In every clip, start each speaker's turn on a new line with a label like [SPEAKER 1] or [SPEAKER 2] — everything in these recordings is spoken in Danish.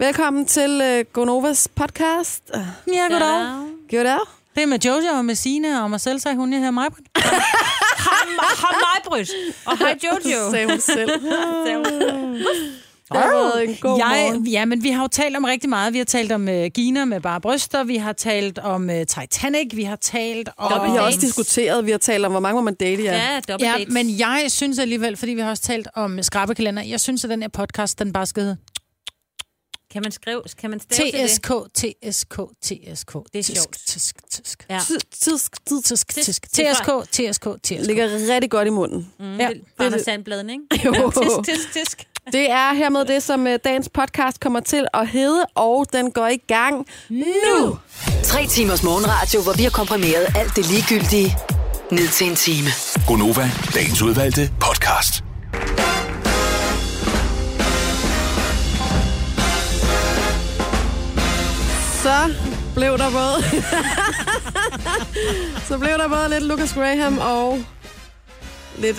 [SPEAKER 1] Velkommen til Gonovas podcast.
[SPEAKER 2] Ja, goddag.
[SPEAKER 1] Goddag.
[SPEAKER 2] Det er med Jojo og med Signe og mig selv, sagde hun, jeg hedder Majbrit.
[SPEAKER 3] Hej Majbrit. Og hej Jojo.
[SPEAKER 1] Sagde hun selv. Det har været en god morgen.
[SPEAKER 2] Ja, men vi har jo talt om rigtig meget. Vi har talt om Gina med bare bryster, vi har talt om Titanic, vi har talt om...
[SPEAKER 1] Vi har også diskuteret, vi har talt om, hvor mange må man date,
[SPEAKER 3] Ja,
[SPEAKER 2] ja, men jeg synes alligevel, fordi vi har også talt om skrabekalender, jeg synes, at den her podcast, den bare skal hedde...
[SPEAKER 3] Kan man stave til det?
[SPEAKER 2] TSK.
[SPEAKER 3] Det er sjovt.
[SPEAKER 2] TSK.
[SPEAKER 3] Ja.
[SPEAKER 2] TSK.
[SPEAKER 1] Ligger rigtig godt i munden.
[SPEAKER 3] Ja, Anders Sandbladen, ikke?
[SPEAKER 1] Jo.
[SPEAKER 3] Tisk.
[SPEAKER 1] Det er hermed det, som dagens podcast kommer til at hedde, og den går i gang nu.
[SPEAKER 4] 3 timers morgenradio, hvor vi har komprimeret alt det ligegyldige ned til en time.
[SPEAKER 5] Gonova, dagens udvalgte podcast.
[SPEAKER 1] Så blev der både lidt Lucas Graham og lidt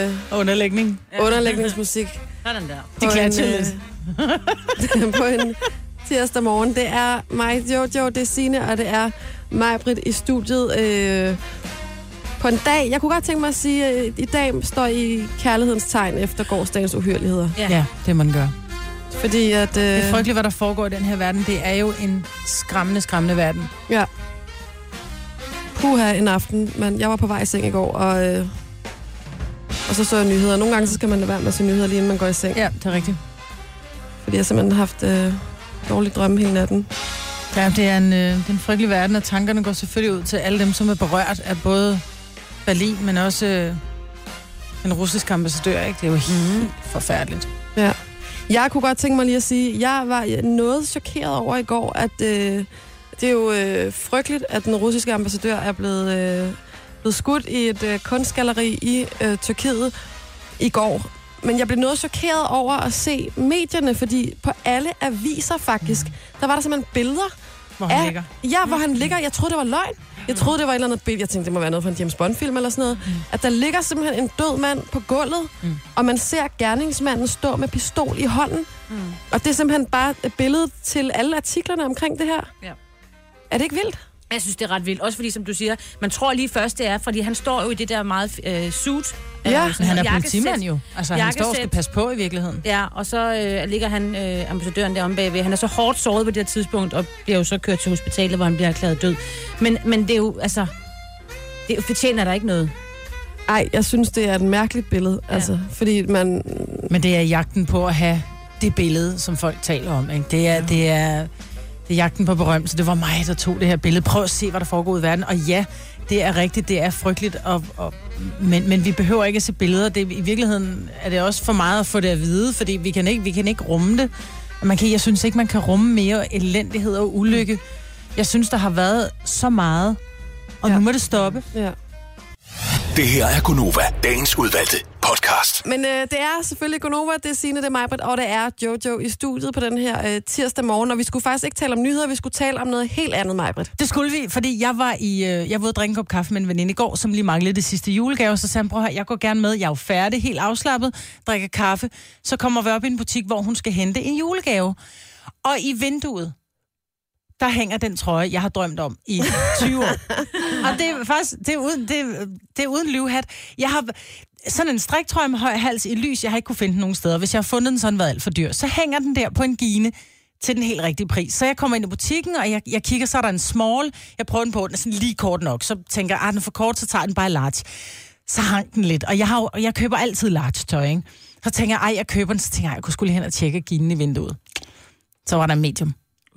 [SPEAKER 1] underlægningsmusik.
[SPEAKER 3] Sådan der.
[SPEAKER 2] Det klæder til lidt.
[SPEAKER 1] På en tirsdag morgen. Det er mig, Jojo, det er Signe, og det er Majbrit i studiet. På en dag, jeg kunne godt tænke mig at sige, at i dag står i kærlighedens tegn efter gårsdagens uhyreligheder.
[SPEAKER 2] Ja, det må man gøre.
[SPEAKER 1] Fordi at...
[SPEAKER 2] Det er frygteligt, hvad der foregår i den her verden. Det er jo en skræmmende verden.
[SPEAKER 1] Ja. Puha en aften, men jeg var på vej i seng i går, og så jeg nyheder. Nogle gange så skal man lade være med at se nyheder, lige inden man går i seng.
[SPEAKER 2] Ja, det er rigtigt.
[SPEAKER 1] Fordi jeg simpelthen har haft dårlige drømme hele natten.
[SPEAKER 2] Ja, det er en frygtelig verden, og tankerne går selvfølgelig ud til alle dem, som er berørt af både Berlin, men også den russiske ambassadør, ikke? Det er jo helt forfærdeligt.
[SPEAKER 1] Ja. Jeg kunne godt tænke mig lige at sige, jeg var noget chokeret over i går, at det er jo frygteligt, at den russiske ambassadør er blevet skudt i et kunstgalleri i Tyrkiet i går. Men jeg blev noget chokeret over at se medierne, fordi på alle aviser faktisk, der var der simpelthen billeder.
[SPEAKER 2] Hvor han ligger.
[SPEAKER 1] Ja, hvor han ligger. Jeg troede, det var løgn. Jeg troede, det var et eller andet billede. Jeg tænkte, det må være noget fra en James Bond-film eller sådan noget. At der ligger simpelthen en død mand på gulvet, og man ser gerningsmanden stå med pistol i hånden. Og det er simpelthen bare et billede til alle artiklerne omkring det her.
[SPEAKER 3] Ja.
[SPEAKER 1] Er det ikke vildt?
[SPEAKER 3] Jeg synes, det er ret vildt. Også fordi, som du siger, man tror lige først, det er, fordi han står jo i det der meget suit.
[SPEAKER 1] Ja,
[SPEAKER 2] men han er politimand jo. Altså, han står og skal passe på i virkeligheden.
[SPEAKER 3] Ja, og så ligger han, ambassadøren deromme bagved. Han er så hårdt såret på det her tidspunkt, og bliver jo så kørt til hospitalet, hvor han bliver erklæret død. Men det er jo, altså... Det fortjener der ikke noget.
[SPEAKER 1] Ej, jeg synes, det er et mærkeligt billede. Ja. Altså, fordi man...
[SPEAKER 2] Men det er jagten på at have det billede, som folk taler om, ikke? Det er jagten på berømmelse. Det var mig, der tog det her billede. Prøv at se, hvad der foregår i verden. Og ja, det er rigtigt, det er frygteligt. Men vi behøver ikke at se billeder. I virkeligheden er det også for meget at få det at vide, fordi vi kan ikke rumme det. Jeg synes ikke, man kan rumme mere elendighed og ulykke. Jeg synes, der har været så meget, og nu må det stoppe.
[SPEAKER 1] Ja.
[SPEAKER 5] Det her er Gonova, dagens udvalgte podcast.
[SPEAKER 1] Men det er selvfølgelig Gonova, det er Signe, det er Majbrit, og det er Jojo i studiet på den her tirsdag morgen. Og vi skulle faktisk ikke tale om nyheder, vi skulle tale om noget helt andet, Majbrit.
[SPEAKER 2] Det skulle vi, fordi jeg var ude at drikke en kop kaffe med en veninde i går, som lige manglede det sidste julegave. Så sagde han, prøv her, jeg går gerne med, jeg er jo færdig, helt afslappet, drikker kaffe. Så kommer vi op i en butik, hvor hun skal hente en julegave. Og i vinduet, der hænger den trøje, jeg har drømt om i 20 år. Og det er faktisk, det er uden lyvhat. Jeg har sådan en striktrøje med høj hals i lys, jeg har ikke kunne finde den nogen steder. Hvis jeg har fundet den, så har den været alt for dyr. Så hænger den der på en gine til den helt rigtige pris. Så jeg kommer ind i butikken, og jeg kigger, så er der en small. Jeg prøver den på, den er sådan lige kort nok. Så tænker jeg, den er for kort, så tager den bare large. Så hang den lidt, og jeg køber altid large tøj, ikke? Så tænker jeg, jeg køber den, så tænker jeg kunne skulle lige hen og tjekke ginen i vinduet. Så var der en medium.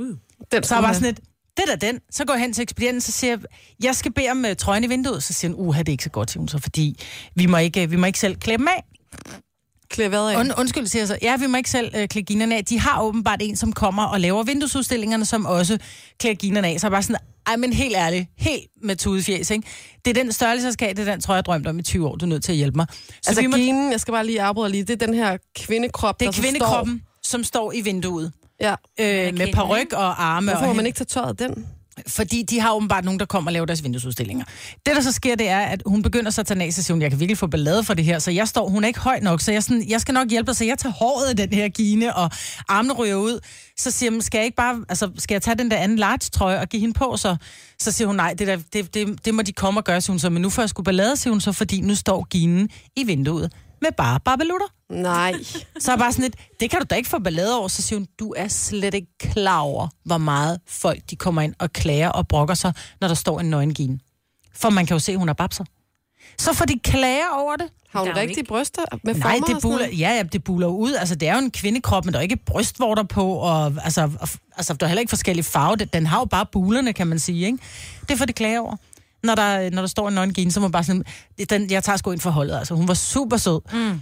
[SPEAKER 2] Så var sådan et, det er den. Så går jeg hen til ekspedienten, så siger jeg skal bede om trøjen i vinduet. Så siger han, det er ikke så godt til hun så, fordi vi må ikke selv klæde dem af.
[SPEAKER 1] Klæde hvad af?
[SPEAKER 2] Undskyld, siger jeg så. Ja, vi må ikke selv klæde ginerne af. De har åbenbart en, som kommer og laver vinduesudstillingerne, som også klæder ginerne af. Så jeg bare sådan, men helt ærligt, helt med tudefjæs, ikke? Det er den størrelse, jeg skal have, det er den trøje, jeg drømte om i 20 år. Du er nødt til at hjælpe mig. Så
[SPEAKER 1] altså ginen, jeg skal bare lige afbryde lige, det er den her kvindekrop,
[SPEAKER 2] det er kvindekroppen, som står i vinduet.
[SPEAKER 1] Ja.
[SPEAKER 2] Med paryk og arme.
[SPEAKER 1] Hvorfor må man ikke tage tøjet af den?
[SPEAKER 2] Fordi de har åbenbart nogen, der kommer og laver deres vinduesudstillinger. Det, der så sker, det er, at hun begynder så at tage næse, og siger, jeg kan virkelig få ballade for det her, så hun er ikke høj nok, så jeg skal nok hjælpe dig, så jeg tager håret af den her Gine, og armene ryger ud. Så siger hun, skal jeg tage den der anden large-trøje og give hende på, så siger hun, nej, det må de komme og gøre, siger hun så, men nu får jeg sgu ballade, siger hun så, fordi nu står Gine i vinduet med bare barbelutter.
[SPEAKER 1] Nej.
[SPEAKER 2] Så er bare sådan lidt, det kan du da ikke få ballade over. Så siger hun, du er slet ikke klar over, hvor meget folk de kommer ind og klager og brokker sig, når der står en nøgen Gine. For man kan jo se, hun har babser. Så får de klager over det.
[SPEAKER 1] Har hun rigtige bryster med former?
[SPEAKER 2] Nej, det buler, det buler ud. Altså, det er jo en kvindekrop, men der er ikke brystvorter på, og altså, der er heller ikke forskellige farver. Den har jo bare bulerne, kan man sige, ikke? Det får de klager over. Når der står en nøgen Gine, så må man bare sådan, jeg tager sgu ind for holdet, altså. Hun var super sød.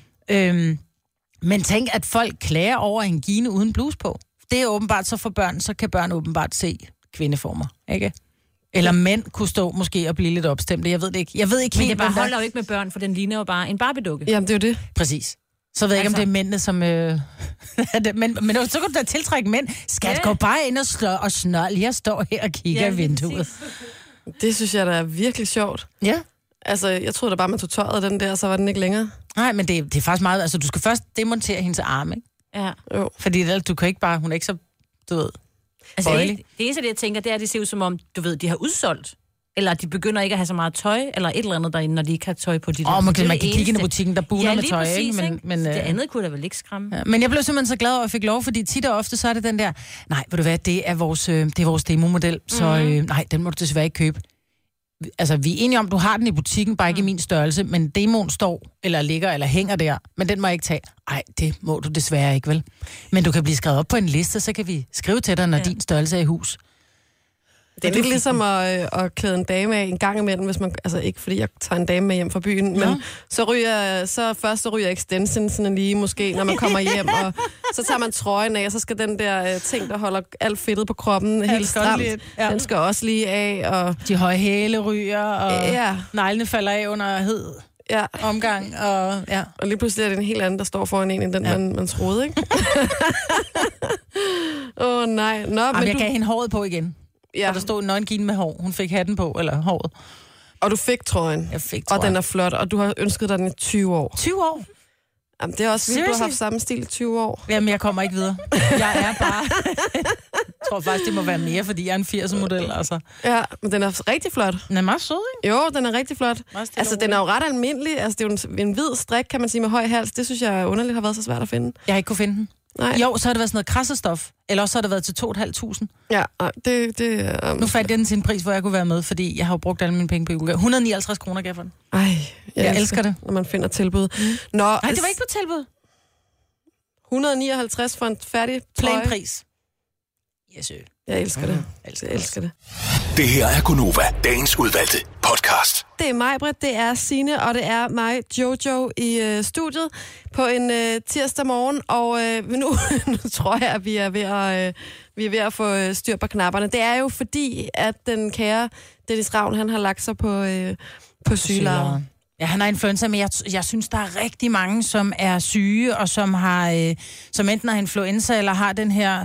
[SPEAKER 2] Men tænk, at folk klager over en Gine uden bluse på. Det er åbenbart så for børn, så kan børn åbenbart se kvindeformer, ikke? Eller mænd kunne stå måske og blive lidt opstemte. Jeg ved det ikke. Men
[SPEAKER 3] det bare holder jo ikke med børn, for den ligner jo bare en Barbie-dukke.
[SPEAKER 1] Jamen, det er jo det.
[SPEAKER 2] Præcis. Så ved jeg ikke, om det er mændene, som... men så kan du da tiltrække mænd. Skat, gå bare ind og snøl. Jeg står her og kigger i vinduet.
[SPEAKER 1] Det synes jeg, der er virkelig sjovt.
[SPEAKER 2] Ja.
[SPEAKER 1] Altså, jeg troede da bare, man tog tøjet af den der, så var den ikke længere.
[SPEAKER 2] Nej, men det er faktisk meget... Altså, du skal først demontere hendes arme, ikke?
[SPEAKER 3] Ja.
[SPEAKER 1] Jo.
[SPEAKER 2] Fordi du kan ikke bare... Hun er ikke så, du ved...
[SPEAKER 3] Altså, det eneste, jeg tænker, det er, at det ser ud som om, du ved, de har udsolgt. Eller de begynder ikke at have så meget tøj, eller et eller andet derinde, når de ikke har tøj på de der.
[SPEAKER 2] Man kan kigge ind i butikken, der buler med tøj,
[SPEAKER 3] præcis,
[SPEAKER 2] ikke? Men,
[SPEAKER 3] det andet kunne da vel ikke skræmme.
[SPEAKER 2] Ja, men jeg blev simpelthen så glad over, at jeg fik lov, fordi tit og ofte, så er det den der, nej, ved du hvad, det er vores demomodel, så nej, den må du desværre ikke købe. Altså, vi er enige om, du har den i butikken, bare ikke i min størrelse, men demoen står, eller ligger, eller hænger der, men den må jeg ikke tage. Nej, det må du desværre ikke, vel? Men du kan blive skrevet op på en liste, så kan vi skrive til dig, når din størrelse er i hus.
[SPEAKER 1] Det er lidt ligesom at klæde en dame af en gang imellem, hvis man, altså ikke fordi jeg tager en dame med hjem fra byen, men så ryger extensionsen lige måske, når man kommer hjem, og så tager man trøjen af, og så skal den der ting, der holder alt fedtet på kroppen helt stramt, den skal også lige af. Og
[SPEAKER 2] de høje hæle ryger, og neglene falder af under hed omgang. Og
[SPEAKER 1] lige pludselig er det en helt anden, der står foran en, end den man troede, ikke? Nej.
[SPEAKER 2] Men jeg gav hende håret på igen. Ja. Og der stod en nøgen Gine med hår. Hun fik hatten på, eller håret.
[SPEAKER 1] Og du fik trøjen.
[SPEAKER 2] Jeg fik trøjen.
[SPEAKER 1] Og den er flot, og du har ønsket dig den i 20 år.
[SPEAKER 2] 20 år?
[SPEAKER 1] Jamen, det er også vildt, du har haft samme stil i 20 år.
[SPEAKER 2] Jamen, jeg kommer ikke videre. Jeg er bare... Jeg tror faktisk, det må være mere, fordi jeg er en 80'er-model, altså.
[SPEAKER 1] Ja, men den er rigtig flot.
[SPEAKER 2] Den er meget sød, ikke?
[SPEAKER 1] Jo, den er rigtig flot. Altså, den er jo ret almindelig. Altså, det er jo en hvid strik, kan man sige, med høj hals. Det synes jeg underligt har været så svært at finde.
[SPEAKER 2] Jeg har ikke kunne finde den.
[SPEAKER 1] Nej.
[SPEAKER 2] Jo, så har det været sådan noget krassestof. Eller også har det været til 2.500.
[SPEAKER 1] Ja,
[SPEAKER 2] nu fandt jeg den til en pris, hvor jeg kunne være med, fordi jeg har jo brugt alle mine penge på julegave. 159 kroner gav jeg for den.
[SPEAKER 1] Ej,
[SPEAKER 2] jeg elsker det.
[SPEAKER 1] Når man finder tilbud.
[SPEAKER 2] Nej, det var ikke på tilbud.
[SPEAKER 1] 159 for en færdig trøje.
[SPEAKER 2] Plain pris. Yes,
[SPEAKER 1] jeg elsker det. Jeg elsker det.
[SPEAKER 5] Det her er Gonova, dagens udvalgte podcast.
[SPEAKER 1] Det er mig, Britt, det er Signe, og det er mig, Jojo, i studiet på en tirsdag morgen. Og nu tror jeg, at vi er ved at få styr på knapperne. Det er jo fordi, at den kære Dennis Ravn, han har lagt sig på sygeleje.
[SPEAKER 2] Ja, han har influenza, men jeg synes, der er rigtig mange, som er syge, og som enten har influenza, eller har den her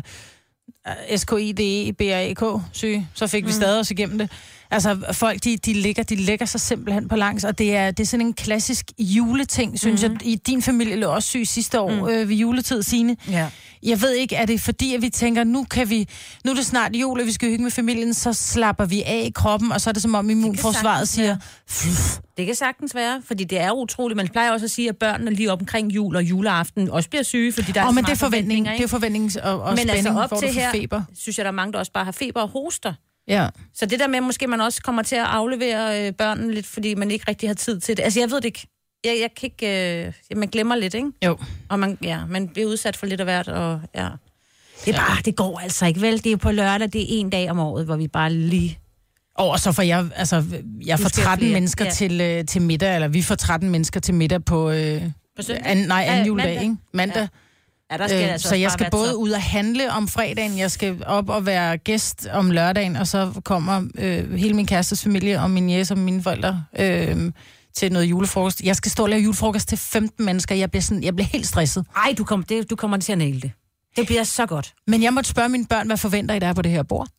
[SPEAKER 2] SKIDE-BRAK-syge. Så fik vi stadig os igennem det. Altså, folk, de lægger sig simpelthen på langs, og det er sådan en klassisk juleting, synes jeg. I din familie lå også syg sidste år ved juletid, Signe. Ja. Jeg ved ikke, er det fordi, at vi tænker, nu er det snart jul, og vi skal hygge med familien, så slapper vi af i kroppen, og så er det som om immunforsvaret siger...
[SPEAKER 3] Det kan sagtens være, fordi det er utroligt. Man plejer også at sige, at børnene lige op omkring jul og juleaften også bliver syge, fordi der er så
[SPEAKER 2] men
[SPEAKER 3] meget
[SPEAKER 2] det er forventning. Det er forventning og spænding,
[SPEAKER 3] altså op
[SPEAKER 2] hvor
[SPEAKER 3] til
[SPEAKER 2] du får feber.
[SPEAKER 3] Synes jeg, der er mange, der også bare har feber og hoster.
[SPEAKER 2] Ja.
[SPEAKER 3] Så det der med, måske man også kommer til at aflevere børnene lidt, fordi man ikke rigtig har tid til det. Altså, jeg ved det ikke. Jeg kan ikke... man glemmer lidt, ikke?
[SPEAKER 2] Jo.
[SPEAKER 3] Og man bliver udsat for lidt af hvert, og ja... Det er bare, det går altså ikke, vel? Det er på lørdag, det er en dag om året, hvor vi bare lige...
[SPEAKER 2] Og så får jeg får 13 mennesker til middag, eller vi får 13 mennesker til middag på anden juledag, ikke? Mandag.
[SPEAKER 3] Ja, der skal altså
[SPEAKER 2] så jeg skal både ud og handle om fredagen, jeg skal op og være gæst om lørdagen, og så kommer hele min kærestes familie og min jæs og mine forældre til noget julefrokost. Jeg skal stå og lave julefrokost til 15 mennesker. Jeg bliver helt stresset.
[SPEAKER 3] Ej, du kommer til at næle det. Det bliver så godt.
[SPEAKER 2] Men jeg måtte spørge mine børn, hvad forventer I der på det her bord?
[SPEAKER 3] Ja.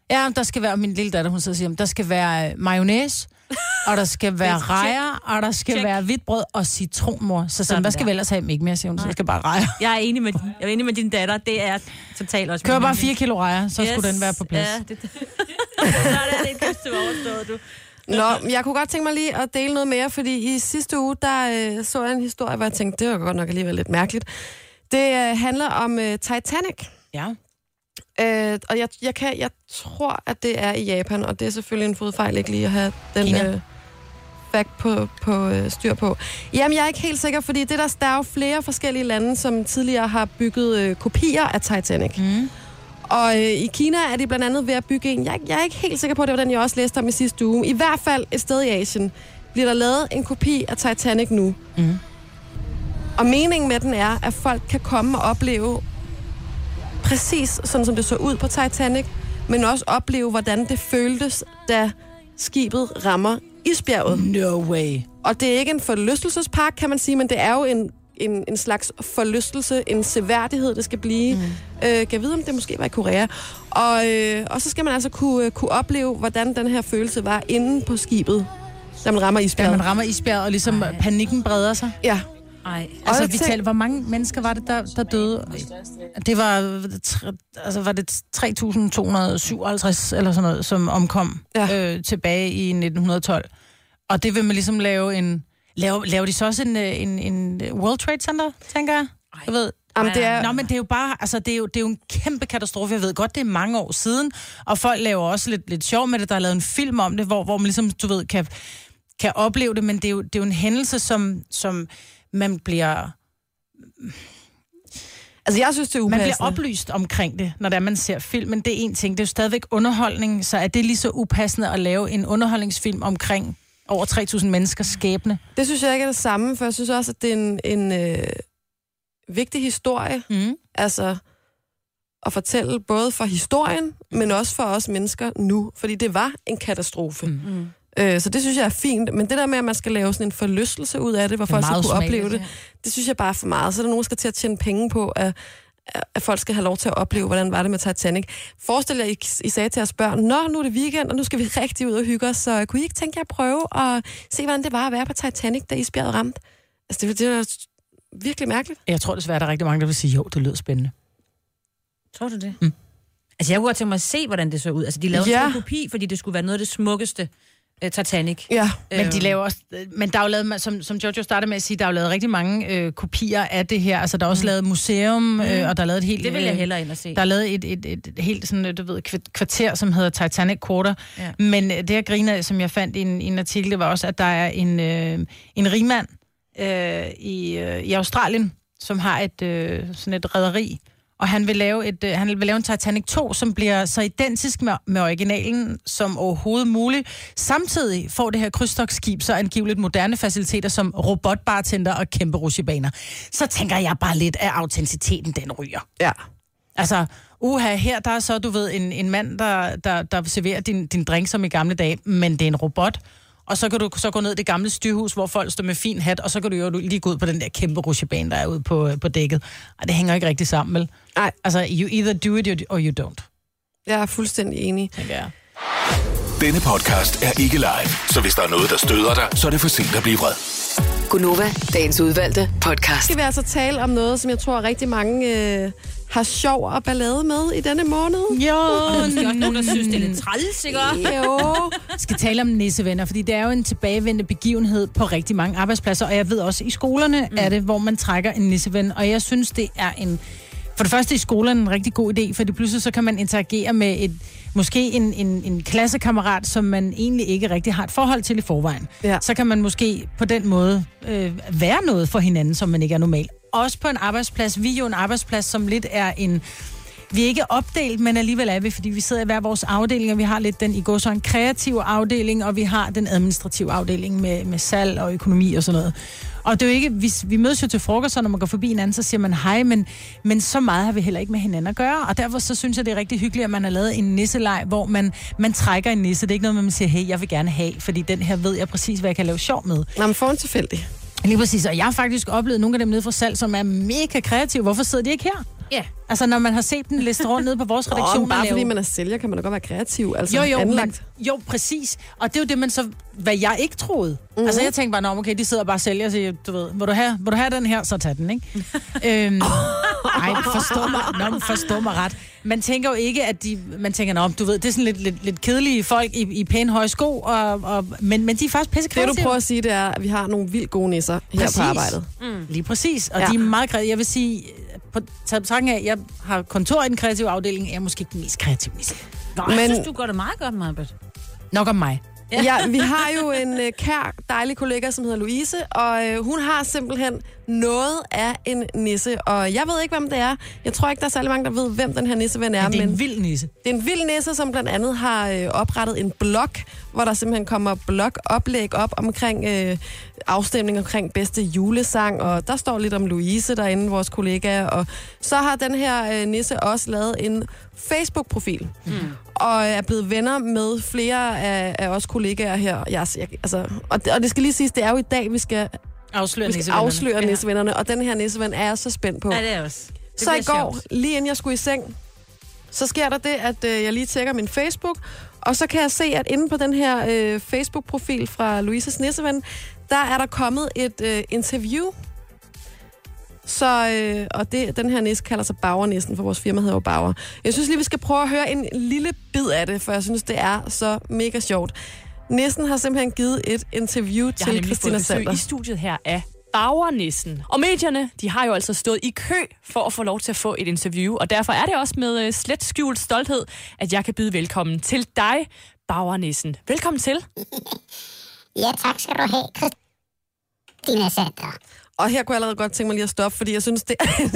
[SPEAKER 2] Ja, der skal være, min lille datter, hun sidder og siger, der skal være mayonnaise, og der skal være rejer, og der skal være hvidt brød og citronmor. Så sådan, hvad skal vi ellers have? Ikke mere, siger hun, så jeg skal bare rejer.
[SPEAKER 3] Jeg er enig med din datter. Det er totalt også...
[SPEAKER 2] Kør bare 4 kilo rejer, så skulle den være på plads.
[SPEAKER 3] Ja, så er det ikke overstået, du.
[SPEAKER 1] Nå, jeg kunne godt tænke mig lige at dele noget mere, fordi i sidste uge, der så jeg en historie, hvor jeg tænkte, det var godt nok alligevel lidt mærkeligt. Det handler om Titanic.
[SPEAKER 2] Ja.
[SPEAKER 1] Og jeg tror, at det er i Japan, og det er selvfølgelig en fodfejl ikke lige at have den fact på styr på. Jamen, jeg er ikke helt sikker, fordi der er jo flere forskellige lande, som tidligere har bygget kopier af Titanic. Mm. Og i Kina er de blandt andet ved at bygge en. Jeg er ikke helt sikker på, at det var den, jeg også læste om i sidste uge. I hvert fald et sted i Asien bliver der lavet en kopi af Titanic nu. Mm. Og meningen med den er, at folk kan komme og opleve præcis sådan, som det så ud på Titanic, men også opleve, hvordan det føltes, da skibet rammer isbjerget.
[SPEAKER 2] No way. Og
[SPEAKER 1] det er ikke en forlystelsespark, kan man sige, men det er jo en slags forlystelse, en seværdighed, det skal blive. Kan jeg vide, om det måske var i Korea. Og så skal man altså kunne opleve, hvordan den her følelse var inde på skibet, da man rammer isbjerget.
[SPEAKER 2] Da man rammer isbjerget, og ligesom panikken breder sig.
[SPEAKER 1] Ja.
[SPEAKER 3] Ej.
[SPEAKER 2] Altså, vi talte, hvor mange mennesker var det, der døde? Det var, var det 3.257 eller sådan noget, som omkom tilbage i 1912. Og det vil man ligesom lave en... Laver de så også en World Trade Center, tænker jeg? Jeg ved.
[SPEAKER 1] Jamen, det er...
[SPEAKER 2] Nå, men det er jo bare, altså det er jo en kæmpe katastrofe. Jeg ved godt, det er mange år siden, og folk laver også lidt sjov med det. Der er lavet en film om det, hvor man ligesom, du ved, kan opleve det, men det er jo en hændelse, som man bliver...
[SPEAKER 1] Altså, jeg synes, det er upassende.
[SPEAKER 2] Man bliver oplyst omkring det, når man ser filmen. Det er en ting. Det er jo stadigvæk underholdning, så er det lige så upassende at lave en underholdningsfilm omkring over 3.000 menneskers skæbne.
[SPEAKER 1] Det synes jeg ikke er det samme, for jeg synes også, at det er en vigtig historie. Mm. Altså, at fortælle både for historien, men også for os mennesker nu. Fordi det var en katastrofe. Mm. Så det synes jeg er fint. Men det der med, at man skal lave sådan en forlystelse ud af det, hvor folk skal kunne opleve det, det synes jeg bare er for meget. Så er der nogen, der skal til at tjene penge på, at folk skal have lov til at opleve, hvordan var det med Titanic. Forestil jer, I sagde til jeres børn, nu er det weekend, og nu skal vi rigtig ud og hygge os, så kunne I ikke tænke jer at prøve at se, hvordan det var at være på Titanic, da isbjerget ramte? Altså, det er virkelig mærkeligt.
[SPEAKER 2] Jeg tror desværre, der er rigtig mange, der vil sige, jo, det lød spændende.
[SPEAKER 3] Tror du det? Mm. Altså, jeg kunne godt tænke mig at se, hvordan det så ud. Altså, de lavede en kopi, fordi det skulle være noget af det smukkeste Titanic.
[SPEAKER 1] Ja.
[SPEAKER 2] Men de laver også... Men der er jo lavet, som Giorgio startede med at sige, der er jo lavet rigtig mange kopier af det her. Altså, der er også lavet museum, og der er lavet et helt...
[SPEAKER 3] Det vil jeg hellere ind og se.
[SPEAKER 2] Der er lavet et helt sådan, du ved, kvarter, som hedder Titanic Quarter. Ja. Men det, jeg griner, som jeg fandt i en artikel, det var også, at der er en rigmand i Australien, som har sådan et rederi, og han vil lave en Titanic 2, som bliver så identisk med originalen som overhovedet muligt. Samtidig får det her krydstogtskib så angiveligt moderne faciliteter som robotbartender og kæmpe rutsjebaner. Så tænker jeg bare lidt, at autenticiteten den ryger.
[SPEAKER 1] Ja.
[SPEAKER 2] Altså, her der er så, du ved, en mand, der serverer din drink som i gamle dage, men det er en robot. Og så kan du så gå ned i det gamle styrhus, hvor folk står med fin hat, og så kan du jo lige gå ud på den der kæmpe rutsjebane, der er ude på dækket. Og det hænger ikke rigtig sammen, vel?
[SPEAKER 1] Nej.
[SPEAKER 2] Altså, you either do it, or you don't.
[SPEAKER 1] Jeg er fuldstændig enig.
[SPEAKER 2] Tænker jeg.
[SPEAKER 5] Denne podcast er ikke live, så hvis der er noget, der støder dig, så er det for sent at blive vred.
[SPEAKER 4] Gunova, dagens udvalgte podcast.
[SPEAKER 1] Skal vi altså tale om noget, som jeg tror rigtig mange har sjov og ballade med i denne måned?
[SPEAKER 2] Jo,
[SPEAKER 3] og der er måske også nogen, der synes, det er lidt træls, ikke?
[SPEAKER 1] Jo.
[SPEAKER 2] Skal tale om nissevenner, fordi det er jo en tilbagevendende begivenhed på rigtig mange arbejdspladser, og jeg ved også, i skolerne er det, hvor man trækker en nisseven, og jeg synes, det er for det første i skolerne en rigtig god idé, fordi pludselig så kan man interagere med måske en klassekammerat, som man egentlig ikke rigtig har et forhold til i forvejen. Ja. Så kan man måske på den måde være noget for hinanden, som man ikke er normalt. Også på en arbejdsplads. Vi er jo en arbejdsplads, som lidt er vi er ikke opdelt, men alligevel er vi, fordi vi sidder i hver vores afdeling, og vi har lidt den i går så en kreativ afdeling, og vi har den administrative afdeling med salg og økonomi og sådan noget. Og det er jo ikke, vi mødes jo til frokost, og når man går forbi hinanden, så siger man hej, men så meget har vi heller ikke med hinanden at gøre. Og derfor så synes jeg, det er rigtig hyggeligt, at man har lavet en nisseleg, hvor man trækker en nisse. Det er ikke noget, man siger, hey, jeg vil gerne have, fordi den her ved jeg præcis, hvad jeg kan lave sjov med.
[SPEAKER 1] Nå, men for en tilfældig.
[SPEAKER 2] Lige præcis, og jeg har faktisk oplevet nogle af dem nede fra salg, som er mega kreative. Hvorfor sidder de ikke her?
[SPEAKER 3] Ja.
[SPEAKER 2] Altså, når man har set den liste rundt nede på vores redaktion.
[SPEAKER 1] Bare fordi man er sælger, kan man da godt være kreativ. Altså
[SPEAKER 2] Jo, præcis. Og det er jo det, man så, hvad jeg ikke troede. Mm-hmm. Altså, jeg tænkte bare, okay, de sidder bare og sælger og siger, du ved, vil du have den her, så tag den, ikke? Ej, forstå mig ret. Man tænker jo ikke, at man tænker, du ved, det er sådan lidt kedelige folk i pæne høje sko, men de er faktisk pisse kreative.
[SPEAKER 1] Det, du prøver at sige, det er, at vi har nogle vildt gode nisser her på arbejdet.
[SPEAKER 2] Lige præcis. Og de er meget kreative. Jeg vil sige, på betragtning af, at jeg har kontor i den kreative afdeling, er jeg måske ikke den mest kreative nisse.
[SPEAKER 3] Men jeg synes, du gør det meget godt, Marbet.
[SPEAKER 2] Nok om mig.
[SPEAKER 1] Ja, vi har jo en kær, dejlig kollega, som hedder Louise, og hun har simpelthen noget af en nisse, og jeg ved ikke, hvem det er. Jeg tror ikke, der er særlig mange, der ved, hvem den her nisseven er.
[SPEAKER 2] Men det er en vild nisse.
[SPEAKER 1] Det er en vild nisse, som blandt andet har oprettet en blog, hvor der simpelthen kommer blogoplæg op omkring afstemning omkring bedste julesang, og der står lidt om Louise derinde, vores kollega, og så har den her nisse også lavet en Facebook-profil, og er blevet venner med flere af os kollegaer her. Og det skal lige siges, det er jo i dag, vi skal afsløre nissevennerne, og den her nisseven er jeg så spændt på.
[SPEAKER 3] Ja, det er også.
[SPEAKER 1] Så i går, lige inden jeg skulle i seng, så sker der det, at jeg lige tjekker min Facebook, og så kan jeg se, at inde på den her Facebook-profil fra Louises nisseven, der er der kommet et interview. Så, og den her nisse kalder sig Bauer-nissen, for vores firma hedder jo Bauer. Jeg synes lige, vi skal prøve at høre en lille bid af det, for jeg synes, det er så mega sjovt. Nissen har simpelthen givet et interview til Christina Sander.
[SPEAKER 6] I studiet her af Bauer-nissen. Og medierne, de har jo altså stået i kø for at få lov til at få et interview, og derfor er det også med slet skjult stolthed, at jeg kan byde velkommen til dig, Bauer-nissen. Velkommen til.
[SPEAKER 7] Ja, tak skal du have, Christina Sander.
[SPEAKER 1] Og her kunne jeg allerede godt tænke mig lige at stoppe, fordi jeg synes, det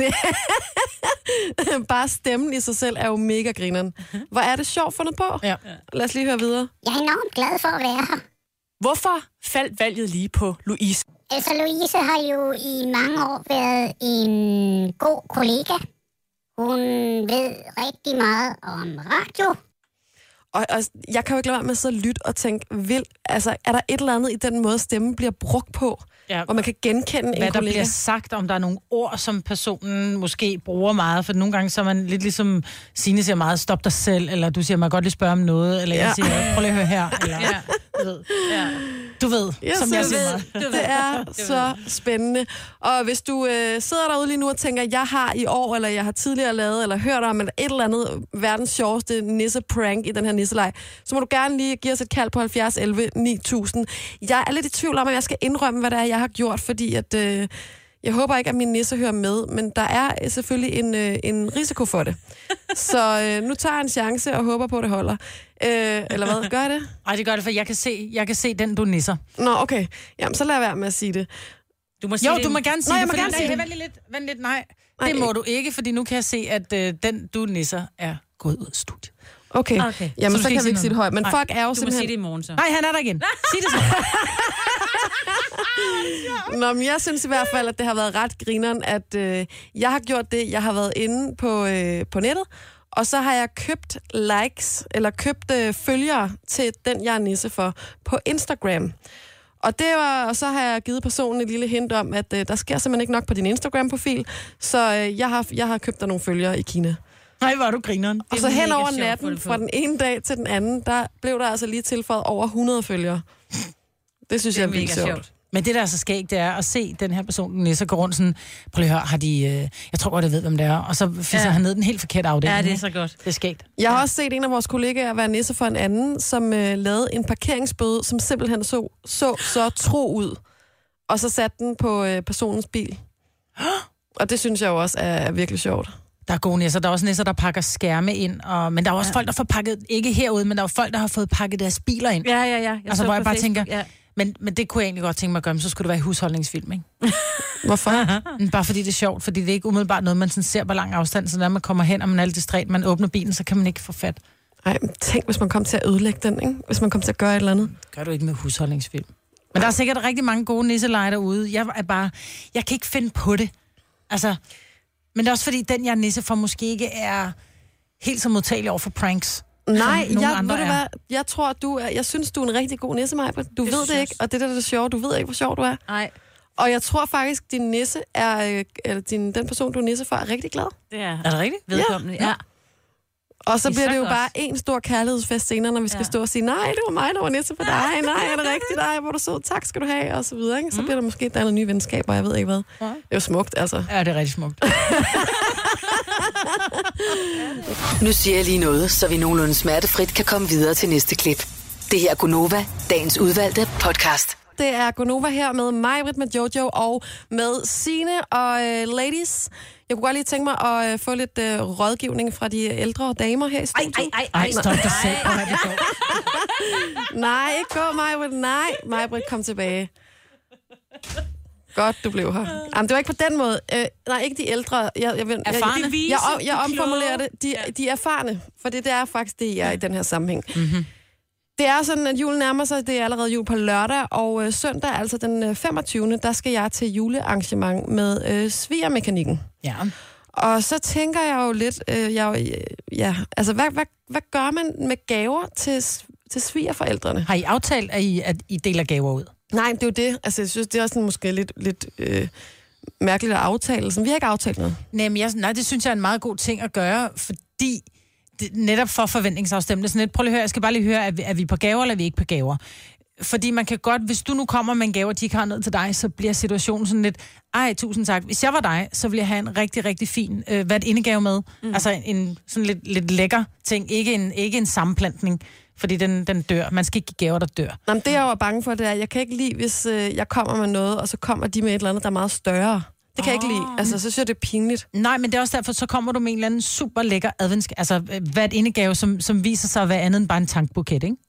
[SPEAKER 1] bare stemmen i sig selv er jo mega grineren. Hvor er det sjovt fundet på? Ja. Lad os lige høre videre.
[SPEAKER 7] Jeg er enormt glad for at være her.
[SPEAKER 6] Hvorfor faldt valget lige på Louise?
[SPEAKER 7] Altså, Louise har jo i mange år været en god kollega. Hun ved rigtig meget om radio.
[SPEAKER 1] Og jeg kan jo ikke lade være med at sidde og lytte og tænke, er der et eller andet i den måde, stemmen bliver brugt på? Ja. Hvor man kan genkende en kollega.
[SPEAKER 2] Hvad der bliver sagt, om der er nogle ord, som personen måske bruger meget. For nogle gange så er man lidt ligesom, Signe siger meget, stop dig selv, eller du siger, man kan godt lige spørge om noget, eller jeg siger, prøv lige at høre her, eller du ved, som jeg siger meget.
[SPEAKER 1] Det er så spændende. Og hvis du sidder derude lige nu og tænker, jeg har i år, eller jeg har tidligere lavet, eller hørt om et eller andet verdens sjoveste nisse-prank i den her nisselej, så må du gerne lige give os et kald på 70 11 9000. Jeg er lidt i tvivl om, at jeg skal indrømme, hvad det er, jeg har gjort, fordi at jeg håber ikke, at min nisse hører med, men der er selvfølgelig en risiko for det. Så nu tager jeg en chance og håber på, at det holder. Eller hvad? Gør det?
[SPEAKER 2] Nej, det gør det, for jeg kan se den, du nisser.
[SPEAKER 1] Nå, okay. Jamen, så lad være med at sige det.
[SPEAKER 2] Du må sige det. Du må gerne sige det. Jeg må gerne sige det. Vent lidt. Nej, det må du ikke, fordi nu kan jeg se, at den, du nisser, er gået ud af studiet.
[SPEAKER 1] Okay. Jamen, så kan vi ikke sige det højt. Men folk er jo simpelthen...
[SPEAKER 3] Du må sige det i morgen, så.
[SPEAKER 2] Nej, han er der igen. Sig det så.
[SPEAKER 1] Nå, men jeg synes i hvert fald, at det har været ret grineren, at jeg har gjort det. Jeg har været inde på nettet, og så har jeg købt likes, eller købt følgere til den, jeg er nisse for, på Instagram. Og så har jeg givet personen et lille hint om, at der sker simpelthen ikke nok på din Instagram-profil, så jeg har købt dig nogle følgere i Kina.
[SPEAKER 2] Nej, hvor er du grineren.
[SPEAKER 1] Og så hen over natten, fra den ene dag til den anden, der blev der altså lige tilføjet over 100 følgere. Det synes jeg er mega sjovt.
[SPEAKER 2] Men det, der er så skægt, det er at se den her person, den næste går rundt sådan, prøv lige at høre, har de... jeg tror godt, jeg ved, hvem det er. Og så fisser han ned den helt forkerte afdeling.
[SPEAKER 3] Ja, det er så godt.
[SPEAKER 2] Det er skægt.
[SPEAKER 1] Jeg har også set en af vores kollegaer være nisse for en anden, som lavede en parkeringsbøde, som simpelthen så tro ud. Og så satte den på personens bil. Og det synes jeg jo også er virkelig sjovt.
[SPEAKER 2] Der er gode nisser. Der er også nisser, der pakker skærme ind. Men der er også folk, der får pakket, ikke herude, men der er folk, der har fået pakket deres biler ind.
[SPEAKER 3] Ja.
[SPEAKER 2] Altså, hvor jeg bare tænker... Ja. Men det kunne jeg egentlig godt tænke mig at gøre, men så skulle det være i husholdningsfilm, ikke?
[SPEAKER 1] Hvorfor?
[SPEAKER 2] Bare fordi det er sjovt, fordi det er ikke umiddelbart noget, man sådan ser på lang afstand, så når man kommer hen, og man er lidt distræt, man åbner bilen, så kan man ikke få fat.
[SPEAKER 1] Ej, tænk, hvis man kom til at ødelægge den, ikke? Hvis man kom til at gøre et eller andet.
[SPEAKER 2] Gør du ikke med husholdningsfilm. Men der er sikkert rigtig mange gode nisseleje derude. Jeg kan ikke finde på det. Altså, men det er også fordi, den jeg nisse for måske ikke er helt så modtagelig over for pranks.
[SPEAKER 1] Nej, jeg tror, jeg synes, du er en rigtig god nisse, Maja. Du ved det ikke, og det der er det sjove. Du ved ikke, hvor sjov du er.
[SPEAKER 3] Nej.
[SPEAKER 1] Og jeg tror faktisk, din nisse er, eller den person, du er nisse for, er rigtig glad.
[SPEAKER 3] Det er
[SPEAKER 2] Er det rigtigt?
[SPEAKER 3] vedkommende, ja.
[SPEAKER 1] Og så
[SPEAKER 3] Det er
[SPEAKER 1] bliver
[SPEAKER 3] så
[SPEAKER 1] det jo
[SPEAKER 3] godt.
[SPEAKER 1] bare en stor kærlighedsfest senere, når vi skal stå og sige, nej, det var mig, der var nisse for dig. Nej, er det rigtigt? Nej, hvor er du sød. Tak skal du have, og så videre. Ikke? Så bliver der måske dannet nye venskaber, jeg ved ikke hvad. Det er jo smukt, altså.
[SPEAKER 2] Ja, det er rigtig smukt.
[SPEAKER 4] Nu siger jeg lige noget, så vi nogenlunde smertefrit kan komme videre til næste klip. Det her er Gunova, dagens udvalgte podcast.
[SPEAKER 1] Det er Gunova her med mig, med Jojo og med Signe og ladies. Jeg kunne godt lige tænke mig at få lidt rådgivning fra de ældre damer her i studiet.
[SPEAKER 2] Ej, stop dig selv. Hvor er det sjovt.
[SPEAKER 1] Nej, ikke gå, Majbrit. Nej, Majbrit, kom tilbage. Godt, du blev her. Jamen, det var ikke på den måde. Nej, ikke de ældre.
[SPEAKER 2] Erfarne?
[SPEAKER 1] Jeg omformulerer det. De erfarne, for det er faktisk det, jeg er i den her sammenhæng. Mm-hmm. Det er sådan, at julen nærmer sig. Det er allerede jul på lørdag, og søndag, altså den 25. der skal jeg til julearrangement med svigermekanikken.
[SPEAKER 2] Ja.
[SPEAKER 1] Og så tænker jeg jo lidt, altså hvad gør man med gaver til svigerforældrene?
[SPEAKER 2] Har I aftalt, at I deler gaver ud?
[SPEAKER 1] Nej, det er jo det. Altså, jeg synes, det er også sådan, måske lidt mærkeligt at aftale. Vi har ikke aftalt noget.
[SPEAKER 2] Nej, det synes jeg er en meget god ting at gøre, fordi netop for forventningsafstemning. Sådan lidt, prøv lige at høre, jeg skal bare lige høre, er vi på gaver, eller er vi ikke på gaver? Fordi man kan godt, hvis du nu kommer med en gave, og de ikke har ned til dig, så bliver situationen sådan lidt, tusind tak. Hvis jeg var dig, så ville jeg have en rigtig, rigtig fin indegave med. Altså en sådan lidt lækker ting, ikke en sammenplantning, fordi den dør. Man skal ikke give gaver, der dør.
[SPEAKER 1] Jamen, det jeg var bange for, det er, jeg kan ikke lide, hvis jeg kommer med noget, og så kommer de med et eller andet, der er meget større. Det kan jeg ikke lide. Altså, så synes jeg, det er pinligt.
[SPEAKER 2] Nej, men det er også derfor, så kommer du med en eller anden super lækker indegave, som viser sig at være andet end bare en tankbuket, ikke?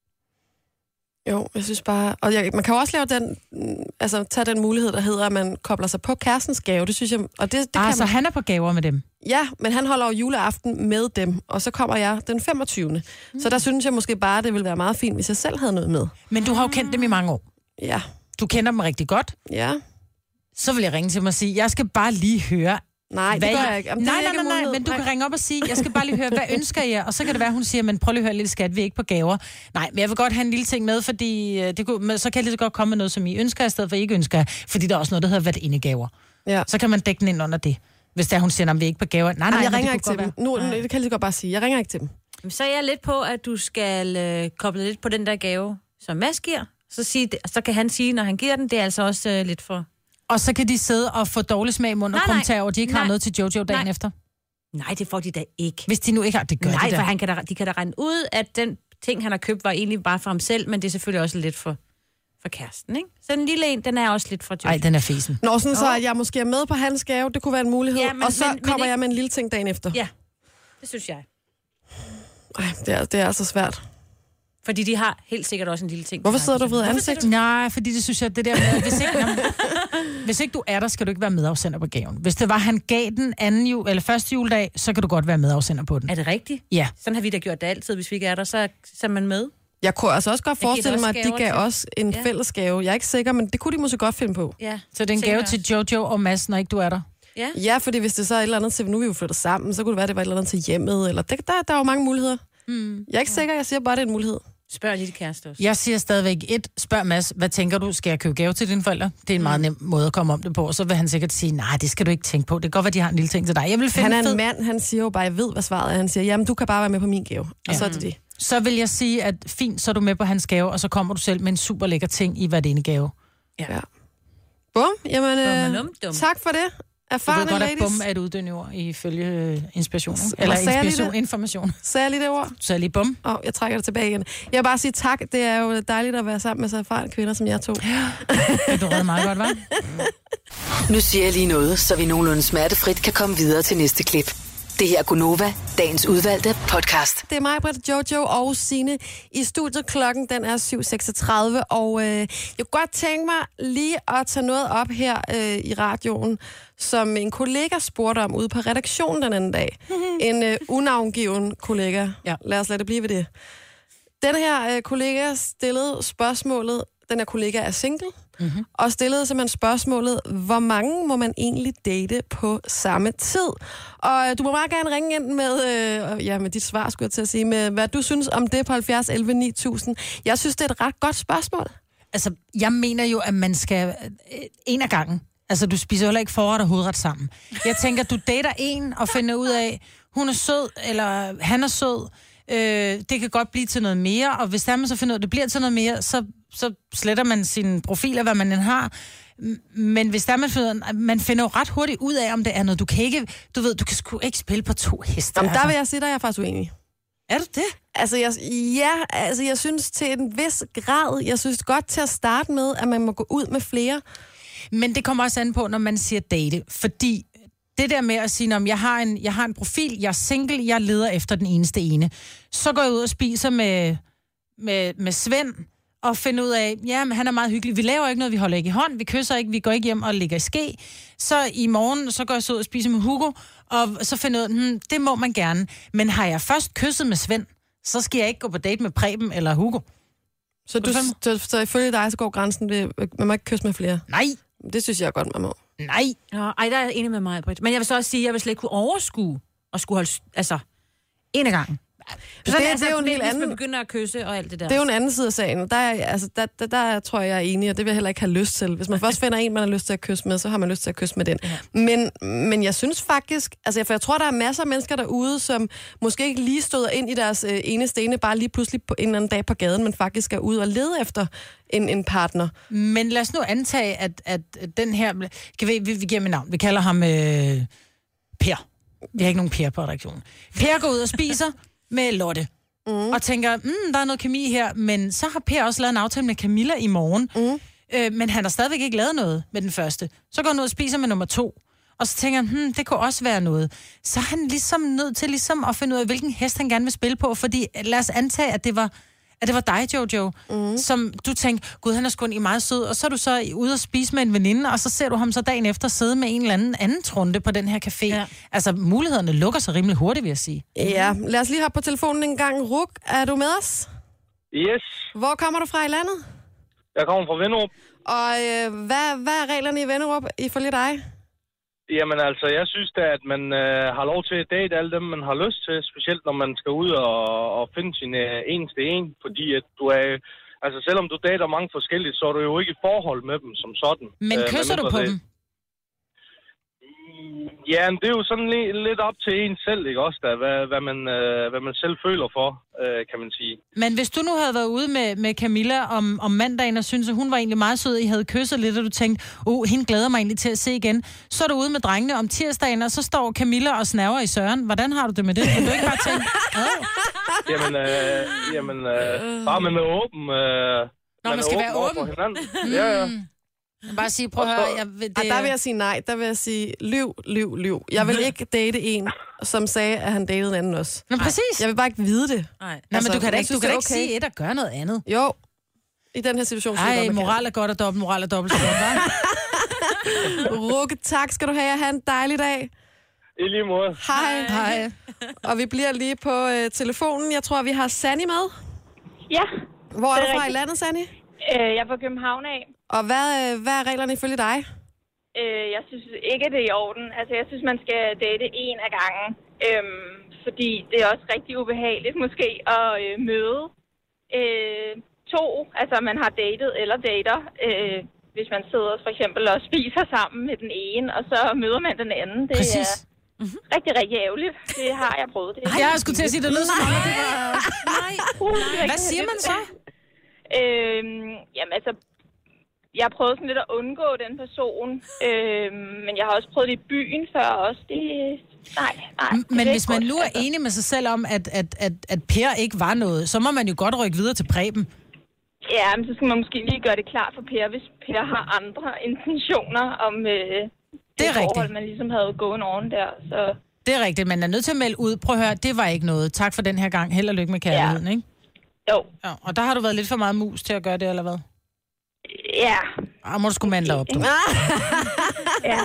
[SPEAKER 1] Jo, jeg synes bare... Og man kan jo også lave den... Altså, tage den mulighed, der hedder, at man kobler sig på kærestens gave. Det synes jeg... Og det kan
[SPEAKER 2] så han er på gaver med dem?
[SPEAKER 1] Ja, men han holder jo juleaften med dem, og så kommer jeg den 25. Så der synes jeg måske bare, det ville være meget fint, hvis jeg selv havde noget med.
[SPEAKER 2] Men du har jo kendt dem i mange år.
[SPEAKER 1] Ja.
[SPEAKER 2] Du kender dem rigtig godt.
[SPEAKER 1] Ja.
[SPEAKER 2] Så vil jeg ringe til mig og sige, jeg skal bare lige høre...
[SPEAKER 1] Nej, det gør jeg ikke. Jamen,
[SPEAKER 2] nej, men du kan ringe op og sige, jeg skal bare lige høre, hvad ønsker jeg? Og så kan det være, hun siger, men prøv lige at høre, lille skat, vi er ikke på gaver. Nej, men jeg vil godt have en lille ting med, fordi så kan jeg lige så godt komme med noget, som I ønsker, i stedet for I ikke ønsker, fordi der er også noget, der hedder værtindegaver. Ja. Så kan man dække den ind under det. Hvis der hun siger, at vi er ikke på gaver. Nej,
[SPEAKER 1] jeg ringer ikke til dem. Nu, det kan jeg lige så godt bare sige. Jeg ringer ikke til dem.
[SPEAKER 3] Så er jeg lidt på, at du skal koble lidt på den der gave, som Mads giver. Så kan han sige, når han giver den, det er altså også lidt for...
[SPEAKER 2] Og så kan de sidde og få dårlig smag i munden og kommentere over, at de ikke har noget til Jojo dagen efter.
[SPEAKER 3] Nej, det får de da ikke.
[SPEAKER 2] Hvis de nu ikke har, det gør de da.
[SPEAKER 3] Nej, for de kan da regne ud, at den ting, han har købt, var egentlig bare for ham selv, men det er selvfølgelig også lidt for kæresten, ikke? Så den lille en, den er også lidt for Jojo.
[SPEAKER 2] Nej, den er fesen.
[SPEAKER 1] Nå, sådan så, at jeg måske er med på hans gave, det kunne være en mulighed, og så kommer jeg med en lille ting dagen efter.
[SPEAKER 3] Ja, det synes jeg.
[SPEAKER 1] Det er altså svært.
[SPEAKER 3] Fordi de har helt sikkert også en lille ting.
[SPEAKER 1] Hvorfor sidder du ved ansigt?
[SPEAKER 2] Nej, fordi det synes jeg, det der med, hvis ikke du er der, skal du ikke være medafsender på gaven. Hvis det var, han gav den første juledag, så kan du godt være medafsender på den.
[SPEAKER 3] Er det rigtigt?
[SPEAKER 2] Ja.
[SPEAKER 3] Sådan har vi da gjort det altid. Hvis vi ikke er der, så er man med.
[SPEAKER 1] Jeg kunne altså også godt forestille mig, at de gav os en fælles gave. Jeg er ikke sikker, men det kunne de måske godt finde på.
[SPEAKER 3] Ja.
[SPEAKER 2] Så det er en gave til Jojo og Mads, når ikke du er der?
[SPEAKER 1] Ja, fordi hvis det så er et eller andet til, nu er vi jo flyttet sammen, så kunne det være, det var et eller andet til hjemmet, eller der er jo mange muligheder. Jeg er ikke sikker, jeg siger bare, det er en mulighed.
[SPEAKER 3] Spørg lige kæreste også.
[SPEAKER 2] Jeg siger stadigvæk spørg Mads, hvad tænker du, skal jeg købe gave til dine forældre? Det er en meget nem måde at komme om det på, og så vil han sikkert sige, nej, det skal du ikke tænke på. Det kan godt være, de har en lille ting til dig. Jeg vil finde
[SPEAKER 1] han er en mand, han siger jo bare, jeg ved, hvad svaret er. Han siger, jamen, du kan bare være med på min gave. Og så er det det.
[SPEAKER 2] Så vil jeg sige, at fint, så er du med på hans gave, og så kommer du selv med en super lækker ting i hvert ene gave.
[SPEAKER 1] Ja. Bum, jamen, tak for det. Erfarne
[SPEAKER 2] du ved godt,
[SPEAKER 1] ladies.
[SPEAKER 2] at bum er et uddøende ord ifølge inspiration. Eller information.
[SPEAKER 1] Sagde jeg lige det ord?
[SPEAKER 2] Så lige bum.
[SPEAKER 1] Jeg trækker det tilbage igen. Jeg vil bare sige tak. Det er jo dejligt at være sammen med så erfarne kvinder, som jeg to.
[SPEAKER 2] Det du redder meget godt, hva'?
[SPEAKER 4] Nu siger jeg lige noget, så vi nogenlunde smertefrit kan komme videre til næste klip. Det her er Gunova, dagens udvalgte podcast.
[SPEAKER 1] Det er mig, Britt, Jojo og Signe i studiet. Klokken den er 7.36, og jeg kunne godt tænke mig lige at tage noget op her i radioen, som en kollega spurgte om ude på redaktionen den anden dag. En unavngiven kollega. Ja. Lad os lade det blive ved det. Den her kollega stillede spørgsmålet, den her kollega er single, og stillede simpelthen spørgsmålet, hvor mange må man egentlig date på samme tid? Og du må meget gerne ringe ind med dit svar, skulle jeg til at sige, med hvad du synes om det på 70 11 9000. Jeg synes, det er et ret godt spørgsmål.
[SPEAKER 2] Altså, jeg mener jo, at man skal en af gangen. Altså, du spiser heller ikke forret og hovedret sammen. Jeg tænker, du dater en og finder ud af, hun er sød, eller han er sød. Det kan godt blive til noget mere, og hvis der man så finder ud af, det bliver til noget mere, så sletter man sine profiler, hvad man end har. Men hvis der man finder jo ret hurtigt ud af, om det er noget. Du kan ikke, du kan sgu ikke spille på 2 heste.
[SPEAKER 1] Jamen, der vil jeg sige, der er jeg faktisk uenig.
[SPEAKER 2] Er du det?
[SPEAKER 1] Altså, jeg synes til en vis grad, jeg synes godt til at starte med, at man må gå ud med flere.
[SPEAKER 2] Men det kommer også an på, når man siger date, fordi det der med at sige, om jeg har en profil, jeg er single, jeg leder efter den eneste ene. Så går jeg ud og spiser med Svend, og finder ud af, ja, men han er meget hyggelig. Vi laver ikke noget, vi holder ikke i hånd, vi kysser ikke, vi går ikke hjem og ligger i ske. Så i morgen, så går jeg så ud og spiser med Hugo, og så finder jeg ud af, det må man gerne. Men har jeg først kysset med Svend, så skal jeg ikke gå på date med Preben eller Hugo.
[SPEAKER 1] Så ifølge dig, så går grænsen ved, man må ikke kysse med flere?
[SPEAKER 2] Nej.
[SPEAKER 1] Det synes jeg godt, man må.
[SPEAKER 2] Nej.
[SPEAKER 3] Ej, der er jeg enig med mig, Britt. Men jeg vil så også sige, at jeg vil slet ikke kunne overskue og skulle holde, altså, en af gangen.
[SPEAKER 1] Det er jo en helt anden...
[SPEAKER 3] Hvis man begynder at kysse og alt det der.
[SPEAKER 1] Det er jo en anden side af sagen. Der tror jeg er enig, og det vil jeg heller ikke have lyst til. Hvis man først finder en, man har lyst til at kysse med, så har man lyst til at kysse med den. Ja. Men jeg synes faktisk... Altså, for jeg tror, der er masser af mennesker derude, som måske ikke lige støder ind i deres eneste ene, bare lige pludselig på en eller anden dag på gaden, men faktisk er ude og lede efter en partner.
[SPEAKER 2] Men lad os nu antage, at den her... Vi giver ham navn. Vi kalder ham Per. Vi har ikke nogen Per på redaktionen. Per går ud og spiser med Lotte. Og tænker, der er noget kemi her, men så har Per også lavet en aftale med Camilla i morgen. Men han har stadigvæk ikke lavet noget med den første. Så går han ud og spiser med nummer 2. Og så tænker han, det kunne også være noget. Så er han ligesom nødt til ligesom at finde ud af, hvilken hest han gerne vil spille på. Fordi lad os antage, at det var dig, Jojo, som du tænkte, gud, han er sgu egentlig meget sød, og så er du så ude og spise med en veninde, og så ser du ham så dagen efter sidde med en eller anden trunde på den her café. Ja. Altså, mulighederne lukker sig rimelig hurtigt, vil jeg sige. Ja,
[SPEAKER 1] lad os lige hoppe på telefonen en gang. Ruk, er du med os?
[SPEAKER 8] Yes.
[SPEAKER 1] Hvor kommer du fra i landet?
[SPEAKER 8] Jeg kommer fra Venderup.
[SPEAKER 1] Og hvad er reglerne i Venderup ifølge dig?
[SPEAKER 8] Jamen altså, jeg synes da, at man har lov til at date alle dem, man har lyst til. Specielt når man skal ud og finde sin eneste en. Fordi at du er... Altså, selvom du dater mange forskellige, så er du jo ikke i forhold med dem som sådan.
[SPEAKER 2] Men kysser du på dem?
[SPEAKER 8] Ja, men det er jo sådan lidt op til en selv, ikke også, da, hvad man selv føler for, kan man sige.
[SPEAKER 2] Men hvis du nu havde været ude med Camilla om mandagen, og synes at hun var egentlig meget sød, I havde kysset lidt, og du tænkte, hende glæder mig egentlig til at se igen, så er du ude med drengene om tirsdagen, og så står Camilla og snæver i Søren. Hvordan har du det med det? Kan du ikke bare tænke,
[SPEAKER 8] Jamen, bare man er åben.
[SPEAKER 2] Man skal være åben.
[SPEAKER 8] Ja.
[SPEAKER 2] Bare sige, prøv at høre,
[SPEAKER 1] der vil jeg sige nej. Der vil jeg sige, lyv. Jeg vil ikke date en, som sagde, at han datede en anden også.
[SPEAKER 2] Men præcis.
[SPEAKER 1] Jeg vil bare ikke vide det.
[SPEAKER 2] Nej, men du kan da ikke sige et og gøre noget andet.
[SPEAKER 1] Jo, i den her situation.
[SPEAKER 2] Ej, moral er godt og dobbelt, moral er dobbelt så godt, hva'?
[SPEAKER 1] Rukke, tak skal du have, og have en dejlig dag.
[SPEAKER 8] I lige måde.
[SPEAKER 1] Hej. Og vi bliver lige på telefonen. Jeg tror, vi har Sanni med.
[SPEAKER 9] Ja.
[SPEAKER 1] Hvor er du fra i landet, Sanni?
[SPEAKER 9] Jeg er fra København af.
[SPEAKER 1] Og hvad er reglerne ifølge dig?
[SPEAKER 9] Jeg synes ikke, det er i orden. Altså, jeg synes, man skal date en af gangen. Fordi det er også rigtig ubehageligt måske at møde to. Altså, man har datet eller dater. Hvis man sidder for eksempel og spiser sammen med den ene, og så møder man den anden. Det
[SPEAKER 2] Præcis.
[SPEAKER 9] er rigtig, rigtig ærgerligt. Det har jeg prøvet. Det.
[SPEAKER 2] Jeg skulle til at sige, det lød som om, det var... Nej. Hvad siger man så?
[SPEAKER 9] Jamen altså, jeg har prøvet sådan lidt at undgå den person, men jeg har også prøvet det i byen før også. Nej.
[SPEAKER 2] Men hvis man nu er enig med sig selv om, at Per ikke var noget, så må man jo godt rykke videre til Preben.
[SPEAKER 9] Ja, men så skal man måske lige gøre det klart for Per, hvis Per har andre intentioner om det forhold, man ligesom havde gået oven der. Så.
[SPEAKER 2] Det er rigtigt, man er nødt til at melde ud. Prøv at høre, det var ikke noget. Tak for den her gang. Held og lykke med kærligheden, ikke?
[SPEAKER 9] Jo.
[SPEAKER 2] Ja, og der har du været lidt for meget mus til at gøre det, eller hvad?
[SPEAKER 9] Ja.
[SPEAKER 2] Må du sgu mande dig op, du.
[SPEAKER 9] Ja.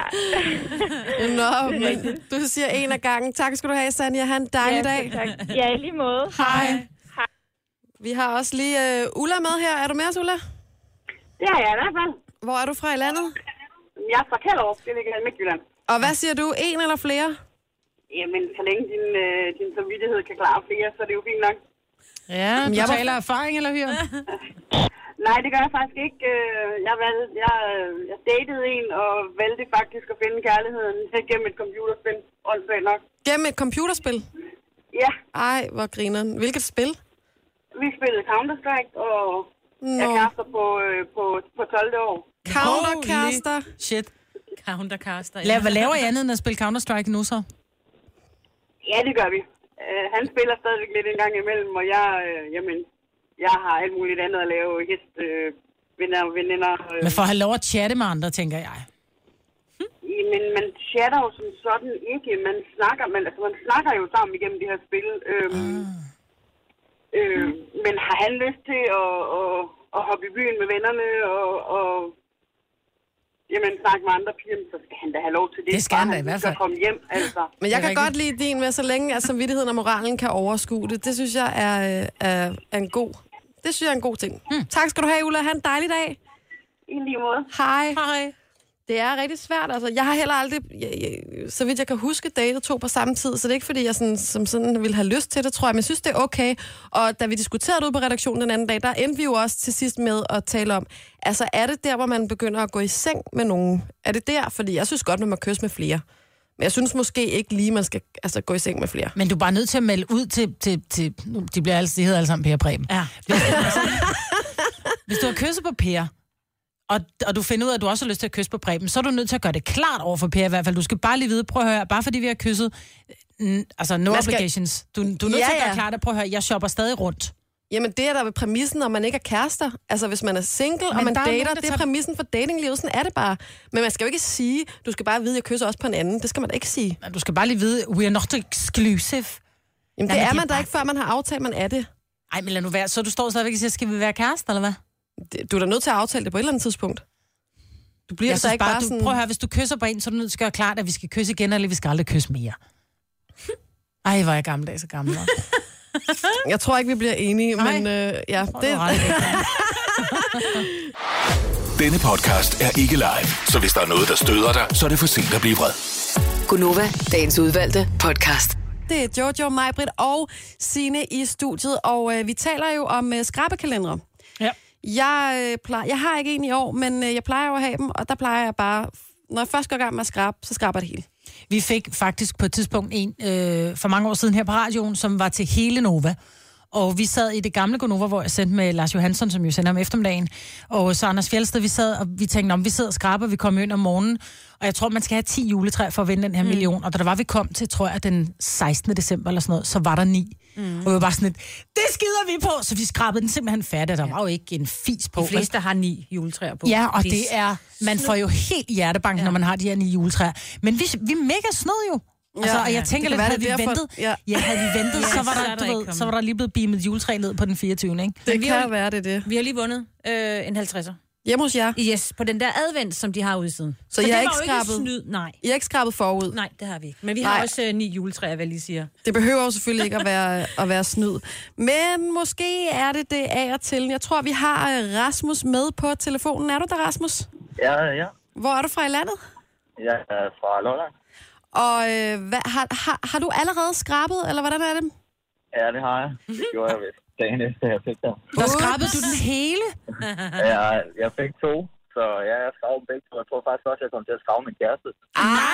[SPEAKER 1] Nå, men du siger en af gangen. Tak skal du have, Sanja. Ha' en dejlig dag.
[SPEAKER 9] Tak. Ja, i lige måde.
[SPEAKER 1] Hej. Vi har også lige Ulla med her. Er du med os, Ulla?
[SPEAKER 10] Ja, i hvert fald.
[SPEAKER 1] Hvor er du fra i landet?
[SPEAKER 10] Jeg er fra Kjellerup. Det ligger i Midtjylland.
[SPEAKER 1] Og hvad siger du? En eller flere?
[SPEAKER 10] Jamen, så længe din samvittighed kan klare flere, så er det jo fint nok.
[SPEAKER 2] Ja, du taler erfaring, eller hyre?
[SPEAKER 10] Nej, det gør jeg faktisk ikke. Jeg datede en og valgte faktisk at finde kærligheden gennem et computerspil. Åndssvagt nok.
[SPEAKER 1] Gennem et computerspil?
[SPEAKER 10] Ja.
[SPEAKER 1] Ej, hvor grineren. Hvilket spil?
[SPEAKER 10] Vi spillede Counter-Strike, og jeg kærester på 12. år.
[SPEAKER 1] Counter-kærester?
[SPEAKER 2] Shit.
[SPEAKER 3] Counter-caster,
[SPEAKER 2] Hvad laver I andet end at spille Counter-Strike nu så?
[SPEAKER 10] Ja, det gør vi. Han spiller stadigvæk lidt en gang imellem, og jeg har alt muligt andet at lave. Venner og veninder.
[SPEAKER 2] Men for at have lov at chatte med andre, tænker jeg.
[SPEAKER 10] Men man chatter jo som sådan ikke. Man snakker jo sammen igennem de her spil. Men har han lyst til at hoppe i byen med vennerne og snakke med andre piger, så skal han da have lov til det.
[SPEAKER 2] Det skal han da i hvert fald.
[SPEAKER 10] Komme hjem, altså.
[SPEAKER 1] Men jeg kan godt lide din med, så længe at samvittigheden og moralen kan overskue det. Det synes jeg er en god... Det synes jeg er en god ting. Tak skal du have, Ulla. Ha' en dejlig dag.
[SPEAKER 10] I lige måde.
[SPEAKER 1] Hej.
[SPEAKER 2] Hej.
[SPEAKER 1] Det er rigtig svært. Altså, jeg har heller aldrig, så vidt jeg kan huske, datet 2 på samme tid, så det er ikke, fordi jeg sådan ville have lyst til det, tror jeg. Men jeg synes, det er okay. Og da vi diskuterede det ude på redaktionen den anden dag, der endte vi jo også til sidst med at tale om, altså er det der, hvor man begynder at gå i seng med nogen? Er det der? Fordi jeg synes godt, man må kysse med flere. Men jeg synes måske ikke lige, man skal gå i seng med flere.
[SPEAKER 2] Men du er bare nødt til at melde ud til de hedder alle sammen Per og Preben.
[SPEAKER 3] Ja.
[SPEAKER 2] Hvis du har kysset på Per, og du finder ud af, at du også har lyst til at kysse på Preben, så er du nødt til at gøre det klart over for Per i hvert fald. Du skal bare lige vide, prøv at høre, bare fordi vi har kysset, altså no obligations. Du er nødt til at gøre klart, at prøv at høre, jeg shopper stadig rundt.
[SPEAKER 1] Jamen det er der ved præmissen, om man ikke er kærester. Altså hvis man er single, og man dater, det er præmissen for datinglivet, sådan er det bare. Men man skal jo ikke sige, du skal bare vide, at jeg kysser også på en anden. Det skal man da ikke sige.
[SPEAKER 2] Du skal bare lige vide, we are not exclusive.
[SPEAKER 1] Jamen det er man da ikke, før man har aftalt, man er det.
[SPEAKER 2] Ej, men lad nu være. Så du står stadigvæk og siger, skal vi være kærester, eller hvad?
[SPEAKER 1] Du er da nødt til at aftale det på et eller andet tidspunkt. Du bliver så ikke bare sådan...
[SPEAKER 2] Prøv at høre, hvis du kysser på en, så er du nødt til at gøre klart, at vi skal kysse igen, eller vi skal aldrig kysse mere. Ej, hvor er jeg gammeldags og gammel.
[SPEAKER 1] Jeg tror ikke, vi bliver enige, men ja, det...
[SPEAKER 5] Denne podcast er ikke live, så hvis der er noget, der støder dig, så er det for sent at blive vred.
[SPEAKER 4] Gunova, dagens udvalgte podcast.
[SPEAKER 1] Det er Jojo, Majbrit og Signe i studiet, og vi taler jo om skrabekalendere.
[SPEAKER 2] Ja.
[SPEAKER 1] Jeg har ikke en i år, men jeg plejer jo at have dem, og der plejer jeg bare, når jeg først går i gang med at skrabe, så skraber det hele.
[SPEAKER 2] Vi fik faktisk på et tidspunkt en for mange år siden her på radioen, som var til hele Nova. Og vi sad i det gamle Gonova, hvor jeg sendte med Lars Johansson, som jo sender om eftermiddagen. Og så Anders Fjeldsted, vi sad, og vi tænkte, om vi sidder og skraber, vi kom ind om morgenen. Og jeg tror, man skal have 10 juletræer for at vinde den her million. Og da vi kom til, tror jeg, den 16. december eller sådan noget, så var der 9. Og vi var bare sådan lidt, det skider vi på! Så vi skrabede den simpelthen færdig, der var jo ikke en fis på.
[SPEAKER 3] De fleste har 9 juletræer på.
[SPEAKER 2] Ja, og det er, man får jo helt hjertebank, når man har de her 9 juletræer. Men vi mega snød jo. Altså, og jeg tænker lidt, havde vi ventet, så var der lige blevet beamet juletræ ned på den 24. Ikke?
[SPEAKER 1] Det kan være det.
[SPEAKER 3] Vi har lige vundet en 50'er.
[SPEAKER 1] Hjemme hos jer?
[SPEAKER 3] Yes, på den der advent, som de har ude i siden.
[SPEAKER 1] Så jeg har ikke skrabet?
[SPEAKER 3] Nej.
[SPEAKER 1] I har ikke skrabet forud?
[SPEAKER 3] Nej, det har vi ikke. Men vi har også 9 juletræer, hvad jeg lige siger.
[SPEAKER 1] Det behøver jo selvfølgelig ikke at være snyd. Men måske er det af og til. Jeg tror, vi har Rasmus med på telefonen. Er du der, Rasmus?
[SPEAKER 11] Ja.
[SPEAKER 1] Hvor er du fra i landet?
[SPEAKER 11] Jeg er fra Lolland.
[SPEAKER 1] Og har du allerede skrabet, eller hvordan er det?
[SPEAKER 11] Ja, det har jeg. Det gjorde jeg ved dagen efter, jeg fik den.
[SPEAKER 2] Der skrabede du den hele?
[SPEAKER 11] Ja, jeg fik 2, så ja, jeg skravede dem begge 2. Jeg tror faktisk også, jeg kom til at skrave min kæreste.
[SPEAKER 1] Ej!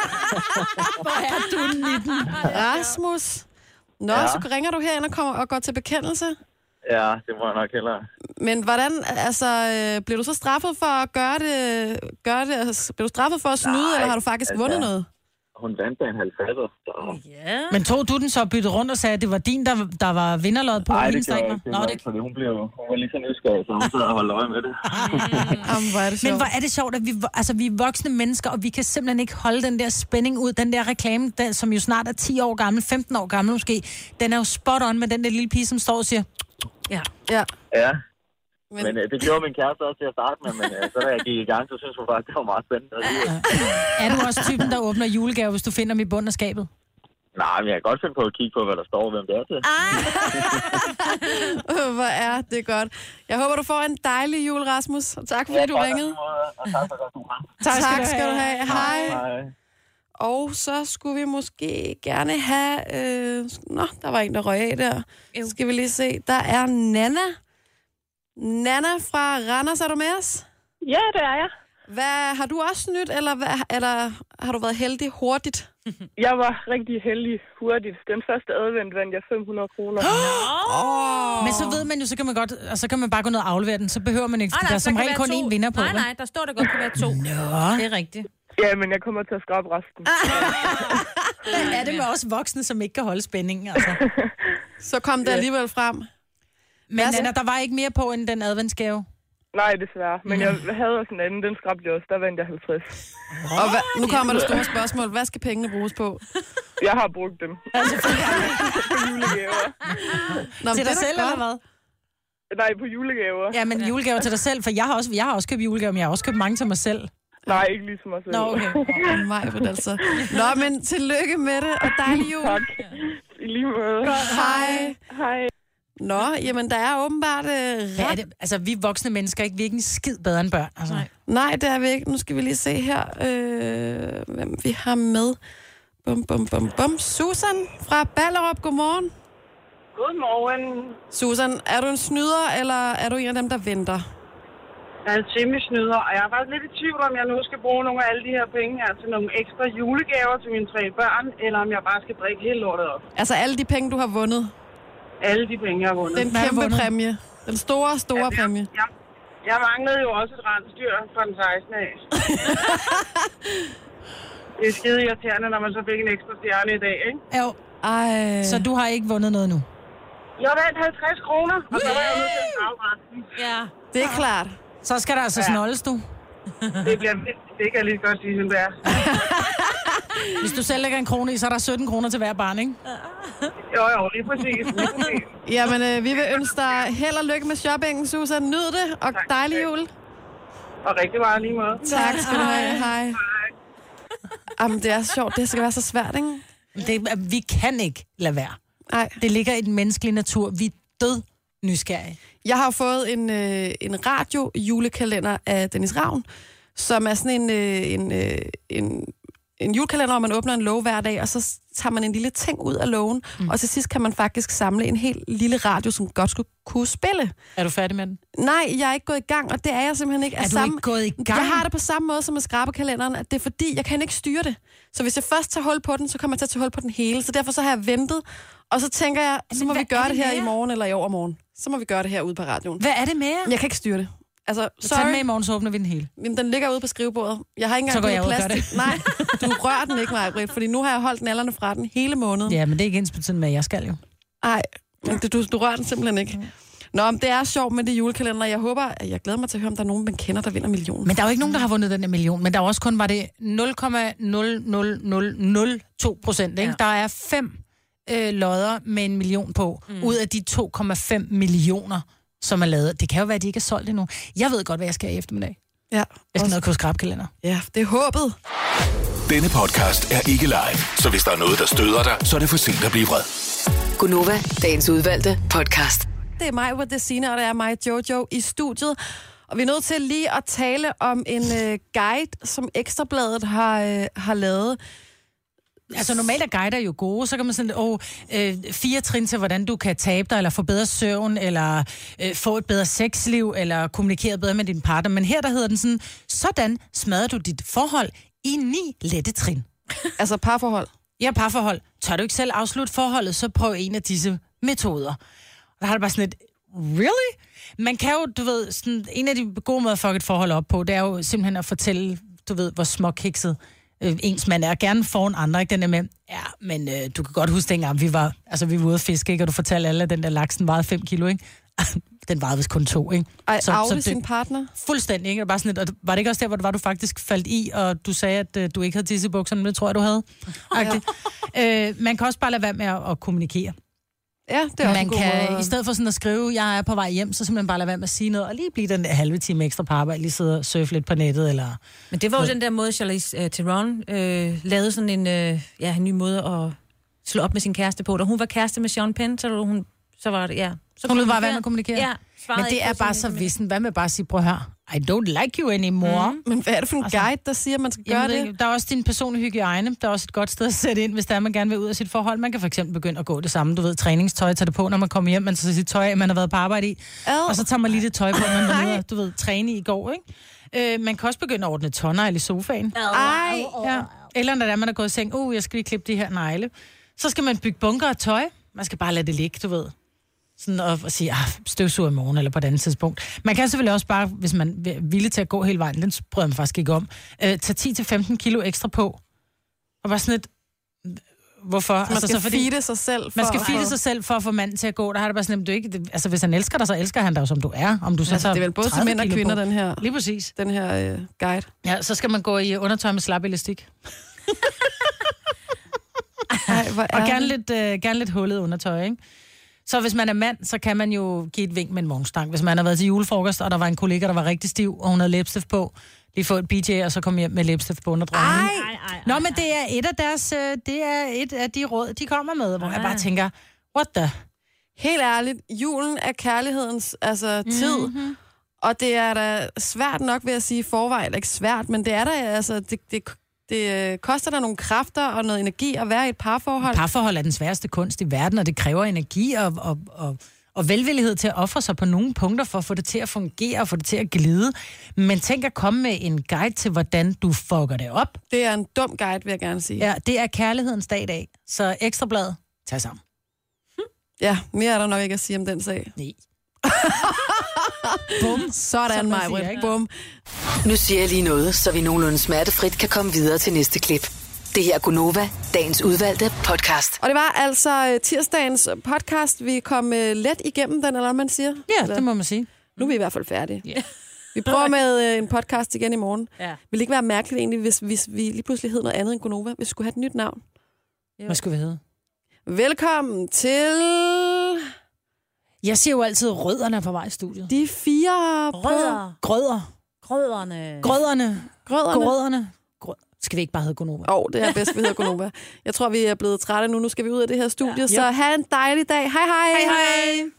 [SPEAKER 1] Hvor er du 19? Rasmus! Nå, ja. Så ringer du herind og går til bekendelse?
[SPEAKER 11] Ja, det må jeg nok hellere.
[SPEAKER 1] Men hvordan, altså, blev du så straffet for at gøre det? Altså, blev du straffet for at snyde, eller har du faktisk vundet noget?
[SPEAKER 11] Hun vandt en 50'er.
[SPEAKER 2] Yeah. Men tog du den så byttet rundt og sagde, at det var din, der var vinderlod på hendes dag?
[SPEAKER 11] Nej, det fordi hun var lige så nysgerrig, så hun sad og holdt øje med det.
[SPEAKER 2] Men hvor er det sjovt, at vi er voksne mennesker, og vi kan simpelthen ikke holde den der spænding ud. Den der reklame, som jo snart er 10 år gammel, 15 år gammel måske, den er jo spot on med den der lille pige, som står og siger...
[SPEAKER 11] Ja. Men det gjorde min kæreste også til at starte med, men så da jeg gik i gang, så synes hun faktisk, det var meget spændende.
[SPEAKER 2] Er du også typen, der åbner julegave, hvis du finder dem i bunden af skabet?
[SPEAKER 11] Nej, men jeg kan godt finde på at kigge på, hvad der står, hvem det er til.
[SPEAKER 1] Hvor er det godt. Jeg håber, du får en dejlig jul, Rasmus. Og tak fordi du ringede.
[SPEAKER 11] Og tak for godt, du har.
[SPEAKER 1] Tak skal du have. Hej. Og så skulle vi måske gerne have... der var en, der røg af der. Skal vi lige se. Der er Nana. Nana, godmorgen.
[SPEAKER 12] Godmorgen.
[SPEAKER 1] Hvad har du på?
[SPEAKER 12] Jeg har fået 2, så jeg er skrevet begge 2. Jeg tror faktisk også, jeg kom til at skrevet min kæreste.
[SPEAKER 1] Nå, der var en, der røg af der. Skal vi lige se. Der er Nana. Nana fra Randers, er du med os?
[SPEAKER 12] Ja, det er jeg.
[SPEAKER 1] Har du også snydt, eller har du været heldig hurtigt?
[SPEAKER 12] Jeg var rigtig heldig hurtigt. Den første advent vandt jeg 500 kroner.
[SPEAKER 2] Men så ved man jo, så kan man bare gå ned og aflevere den. Så behøver man ikke, der er som regel kun én vinder på.
[SPEAKER 3] Nej, der står der godt kan være 2.
[SPEAKER 2] Nå.
[SPEAKER 3] Det er rigtigt.
[SPEAKER 12] Ja, men jeg kommer til at skrabe resten.
[SPEAKER 2] Er det med os voksne, som ikke kan holde spændingen, altså?
[SPEAKER 1] Så kom det alligevel frem.
[SPEAKER 2] Men Anna, der var ikke mere på end den adventsgave?
[SPEAKER 12] Nej, desværre. Men jeg havde også en anden, den skrabte jeg også. Der vandt jeg 50.
[SPEAKER 1] Og nu kommer det store spørgsmål. Hvad skal pengene bruges på?
[SPEAKER 12] Jeg har brugt dem.
[SPEAKER 2] Altså,
[SPEAKER 12] på julegaver.
[SPEAKER 2] Til dig selv, eller hvad?
[SPEAKER 12] Nej, på julegaver.
[SPEAKER 2] Ja, men julegaver til dig selv, for jeg har også købt julegaver, men jeg har også købt mange til mig selv.
[SPEAKER 12] Nej, ikke lige som mig selv.
[SPEAKER 2] Nå, okay.
[SPEAKER 1] Mig, altså. Nå, men tillykke med det, og dejlig jul.
[SPEAKER 12] Tak. I lige måde.
[SPEAKER 1] Hej.
[SPEAKER 12] Hej.
[SPEAKER 1] Nå, jamen der er åbenbart ret...
[SPEAKER 2] Altså, vi voksne mennesker er ikke en skid bedre end børn. Altså.
[SPEAKER 1] Nej, det er vi ikke. Nu skal vi lige se her, hvem vi har med. Bum. Susan fra Ballerup, godmorgen.
[SPEAKER 10] Godmorgen.
[SPEAKER 1] Susan, er du en snyder, eller er du en af dem, der venter?
[SPEAKER 10] Jeg er temmelig snyder, og jeg er faktisk lidt i tvivl, om jeg nu skal bruge nogle af alle de her penge her til nogle ekstra julegaver til mine 3 børn, eller om jeg bare skal drikke hele lortet op.
[SPEAKER 1] Altså alle de penge, du har vundet?
[SPEAKER 10] Alle de penge, jeg har vundet.
[SPEAKER 1] Den kæmpe præmie. Den store præmie.
[SPEAKER 10] Jeg manglede jo også et rensdyr fra den 16. af. Det er skide irriterende, når man så fik en ekstra stjerne i dag, ikke?
[SPEAKER 2] Jo.
[SPEAKER 1] Ej.
[SPEAKER 2] Så du har ikke vundet noget nu?
[SPEAKER 10] Jeg vandt 50 kroner, og så var jeg nødt til at afretten.
[SPEAKER 3] Ja.
[SPEAKER 1] Det er klart.
[SPEAKER 2] Så skal der altså snoldes, du.
[SPEAKER 10] Det kan jeg lige godt sige, som det er.
[SPEAKER 2] Hvis du selv lægger en krone i, så er der 17 kroner til hver barn, ikke?
[SPEAKER 10] Jo, lige præcis.
[SPEAKER 1] Jamen, vi vil ønske dig held og lykke med shoppingen, Susan. Nyd det, og dejlig jul.
[SPEAKER 10] Og rigtig meget lige måde.
[SPEAKER 1] Tak skal du have. Hej. Jamen, det er sjovt. Det skal være så svært, ikke?
[SPEAKER 2] Vi kan ikke lade være.
[SPEAKER 1] Nej.
[SPEAKER 2] Det ligger i den menneskelige natur. Vi er død nysgerrige.
[SPEAKER 1] Jeg har fået en radio-julekalender af Dennis Ravn, som er sådan en julekalender, hvor man åbner en låge hver dag, og så tager man en lille ting ud af lågen, og til sidst kan man faktisk samle en helt lille radio, som godt skulle kunne spille.
[SPEAKER 2] Er du færdig med den?
[SPEAKER 1] Nej, jeg er ikke gået i gang, og det er jeg simpelthen ikke.
[SPEAKER 2] Er du ikke gået i gang?
[SPEAKER 1] Jeg har det på samme måde som med skrabekalenderen, at det er fordi, jeg kan ikke styre det. Så hvis jeg først tager hul på den, så kommer jeg til at tage hul på den hele. Så derfor så har jeg ventet, og så tænker jeg, så må vi gøre det her i morgen eller i overmorgen. Så må vi gøre det her ude på radioen.
[SPEAKER 2] Hvad er det mere?
[SPEAKER 1] Jeg kan ikke styre det. Altså,
[SPEAKER 2] tag den med i morgen, så åbner vi den hele.
[SPEAKER 1] Jamen, den ligger ude på skrivebordet. Jeg har ikke engang
[SPEAKER 2] givet
[SPEAKER 1] plads til. Nej, du rører den ikke, Maja-Britt, fordi nu har jeg holdt nallerne fra den hele måneden.
[SPEAKER 2] Ja, men det er ikke ensbetydende med, at jeg skal jo.
[SPEAKER 1] Nej, men du rører den simpelthen ikke. Nå, men det er sjovt med det julekalender. Jeg glæder mig til at høre, om der er nogen, man kender, der vinder millionen.
[SPEAKER 2] Men der er jo ikke nogen, der har vundet den million. Men der er også kun, var det 0,00002%, ikke? Der er 5 lodder med 1 million på, ud af de 2,5 millioner, som er lavet. Det kan jo være, at de ikke er solgt endnu. Jeg ved godt, hvad jeg skal i eftermiddag.
[SPEAKER 1] Ja.
[SPEAKER 2] Jeg skal ned og købe skrabkalender.
[SPEAKER 1] Ja, det er håbet.
[SPEAKER 5] Denne podcast er ikke live, så hvis der er noget, der støder dig, så er det for sent at blive vred.
[SPEAKER 4] Gunova, dagens udvalgte podcast.
[SPEAKER 1] Det er mig, hvor det er Signe, og det er mig, Jojo, i studiet. Og vi er nødt til lige at tale om en guide, som Ekstrabladet har lavet.
[SPEAKER 2] Altså normalt er guider jo gode, så kan man sådan, 4 trin til, hvordan du kan tabe dig, eller få bedre søvn, eller få et bedre sexliv, eller kommunikere bedre med din partner. Men her der hedder den sådan smadrer du dit forhold i 9 lette trin.
[SPEAKER 1] Altså parforhold?
[SPEAKER 2] Ja, parforhold. Tør du ikke selv afslutte forholdet, så prøv en af disse metoder. Og der har det bare sådan et, really? Man kan jo, du ved, sådan, en af de gode måder at fuck et forhold op på, det er jo simpelthen at fortælle, du ved, hvor småkikset ens mand er. Gerne foran andre, ikke? Den der med, ja, men du kan godt huske dengang, vi var ude at fiske, ikke? Og du fortalte alle, at den der laksen vejede 5 kilo, ikke? Den vejede vist kun 2, ikke?
[SPEAKER 1] Så sin partner?
[SPEAKER 2] Fuldstændig, ikke? Og bare sådan et, og var det ikke også der, hvor du faktisk faldt i, og du sagde, at du ikke havde tissebukserne, men det tror jeg, du havde? Ja. Man kan også bare lade være med at kommunikere.
[SPEAKER 1] Ja, det er også
[SPEAKER 2] man kan, i stedet for sådan at skrive, jeg er på vej hjem, så simpelthen bare lade være med at sige noget, og lige blive den der halve time ekstra på arbejde, lige sidde og surfe lidt på nettet, eller...
[SPEAKER 3] Men det var jo den der måde, Charlize Theron lavede sådan en ny måde at slå op med sin kæreste på. Da hun var kæreste med Sean Penn, så var det, ja...
[SPEAKER 2] Så hun lød bare være med at kommunikere?
[SPEAKER 3] Ja.
[SPEAKER 2] Men det er bare så vissen. Hvad med bare at sige, prøv her, I don't like you anymore.
[SPEAKER 1] Men hvad er det for en guide, der siger, at man skal gøre det?
[SPEAKER 2] Der er også din personlige hygiejne. Der er også et godt sted at sætte ind, hvis der man gerne vil ud af sit forhold. Man kan for eksempel begynde at gå det samme. Du ved, træningstøj, tage det på, når man kommer hjem. Man tager sit tøj af, man har været på arbejde i. Og så tager man lige det tøj på, man var ude, du ved, træne i går, ikke? Man kan også begynde at ordne tårnegl i sofaen. Ja. Eller når man er gået i seng, jeg skal lige klippe de her negle. Så skal man bygge bunker af tøj. Man skal bare lade det ligge, du ved. Sådan og sige, støvsuger i morgen, eller på et andet tidspunkt. Man kan selvfølgelig også bare, hvis man er villig til at gå hele vejen, den prøver man faktisk ikke om, tage 10-15 kilo ekstra på. Og bare sådan et, hvorfor?
[SPEAKER 1] Så man skal feede sig selv.
[SPEAKER 2] Man skal feede sig selv for at få manden til at gå. Der har det bare sådan, du ikke, altså hvis han elsker dig, så elsker han dig jo, som du er. Om du så
[SPEAKER 1] det er vel både til mænd og kvinder, den her,
[SPEAKER 2] lige præcis.
[SPEAKER 1] Den her guide.
[SPEAKER 2] Ja, så skal man gå i undertøj med slap elastik. Og gerne lidt hullet undertøj, ikke? Så hvis man er mand, så kan man jo give et vink med en vognstang. Hvis man har været til julefrokost, og der var en kollega, der var rigtig stiv, og hun havde læbstift på, lige få et BJ, og så komme hjem med læbstift på under drømmen. Nå, men det er et af de råd, de kommer med, hvor jeg bare tænker, what the?
[SPEAKER 1] Helt ærligt, julen er kærlighedens tid, og det er da svært nok ved at sige forvejen, ikke svært, men det er da, altså, det koster der nogle kræfter og noget energi at være i et parforhold.
[SPEAKER 2] Parforhold er den sværeste kunst i verden, og det kræver energi og velvillighed til at ofre sig på nogle punkter for at få det til at fungere og få det til at glide. Men tænk at komme med en guide til, hvordan du fucker det op.
[SPEAKER 1] Det er en dum guide, vil jeg gerne sige.
[SPEAKER 2] Ja, det er kærlighedens dag i dag. Så Ekstrablad, tag sammen.
[SPEAKER 1] Ja, mere er der nok ikke at sige om den sag.
[SPEAKER 2] Nej.
[SPEAKER 1] Bum. Sådan, Maj-Brit. Bum.
[SPEAKER 4] Nu siger jeg lige noget, så vi nogenlunde smertefrit kan komme videre til næste klip. Det her er Gunova, dagens udvalgte podcast.
[SPEAKER 1] Og det var altså tirsdagens podcast. Vi kom let igennem den, eller hvad man siger.
[SPEAKER 2] Ja, det må man sige.
[SPEAKER 1] Nu er vi i hvert fald færdige. Yeah. Vi prøver med en podcast igen i morgen. Ja. Vil det ikke være mærkeligt egentlig, hvis vi lige pludselig hed noget andet end Gunova? Hvis vi skulle have et nyt navn.
[SPEAKER 2] Hvad skulle vi hedde?
[SPEAKER 1] Velkommen til...
[SPEAKER 2] Jeg siger jo altid, rødderne er på vej i studiet.
[SPEAKER 1] De 4
[SPEAKER 2] Grøderne. Skal vi ikke bare hedde Gunova?
[SPEAKER 1] Det er bedst, vi hedder Gunova. Jeg tror, vi er blevet trætte nu. Nu skal vi ud af det her studie. Ja. Så have en dejlig dag. Hej hej.
[SPEAKER 2] Hej hej.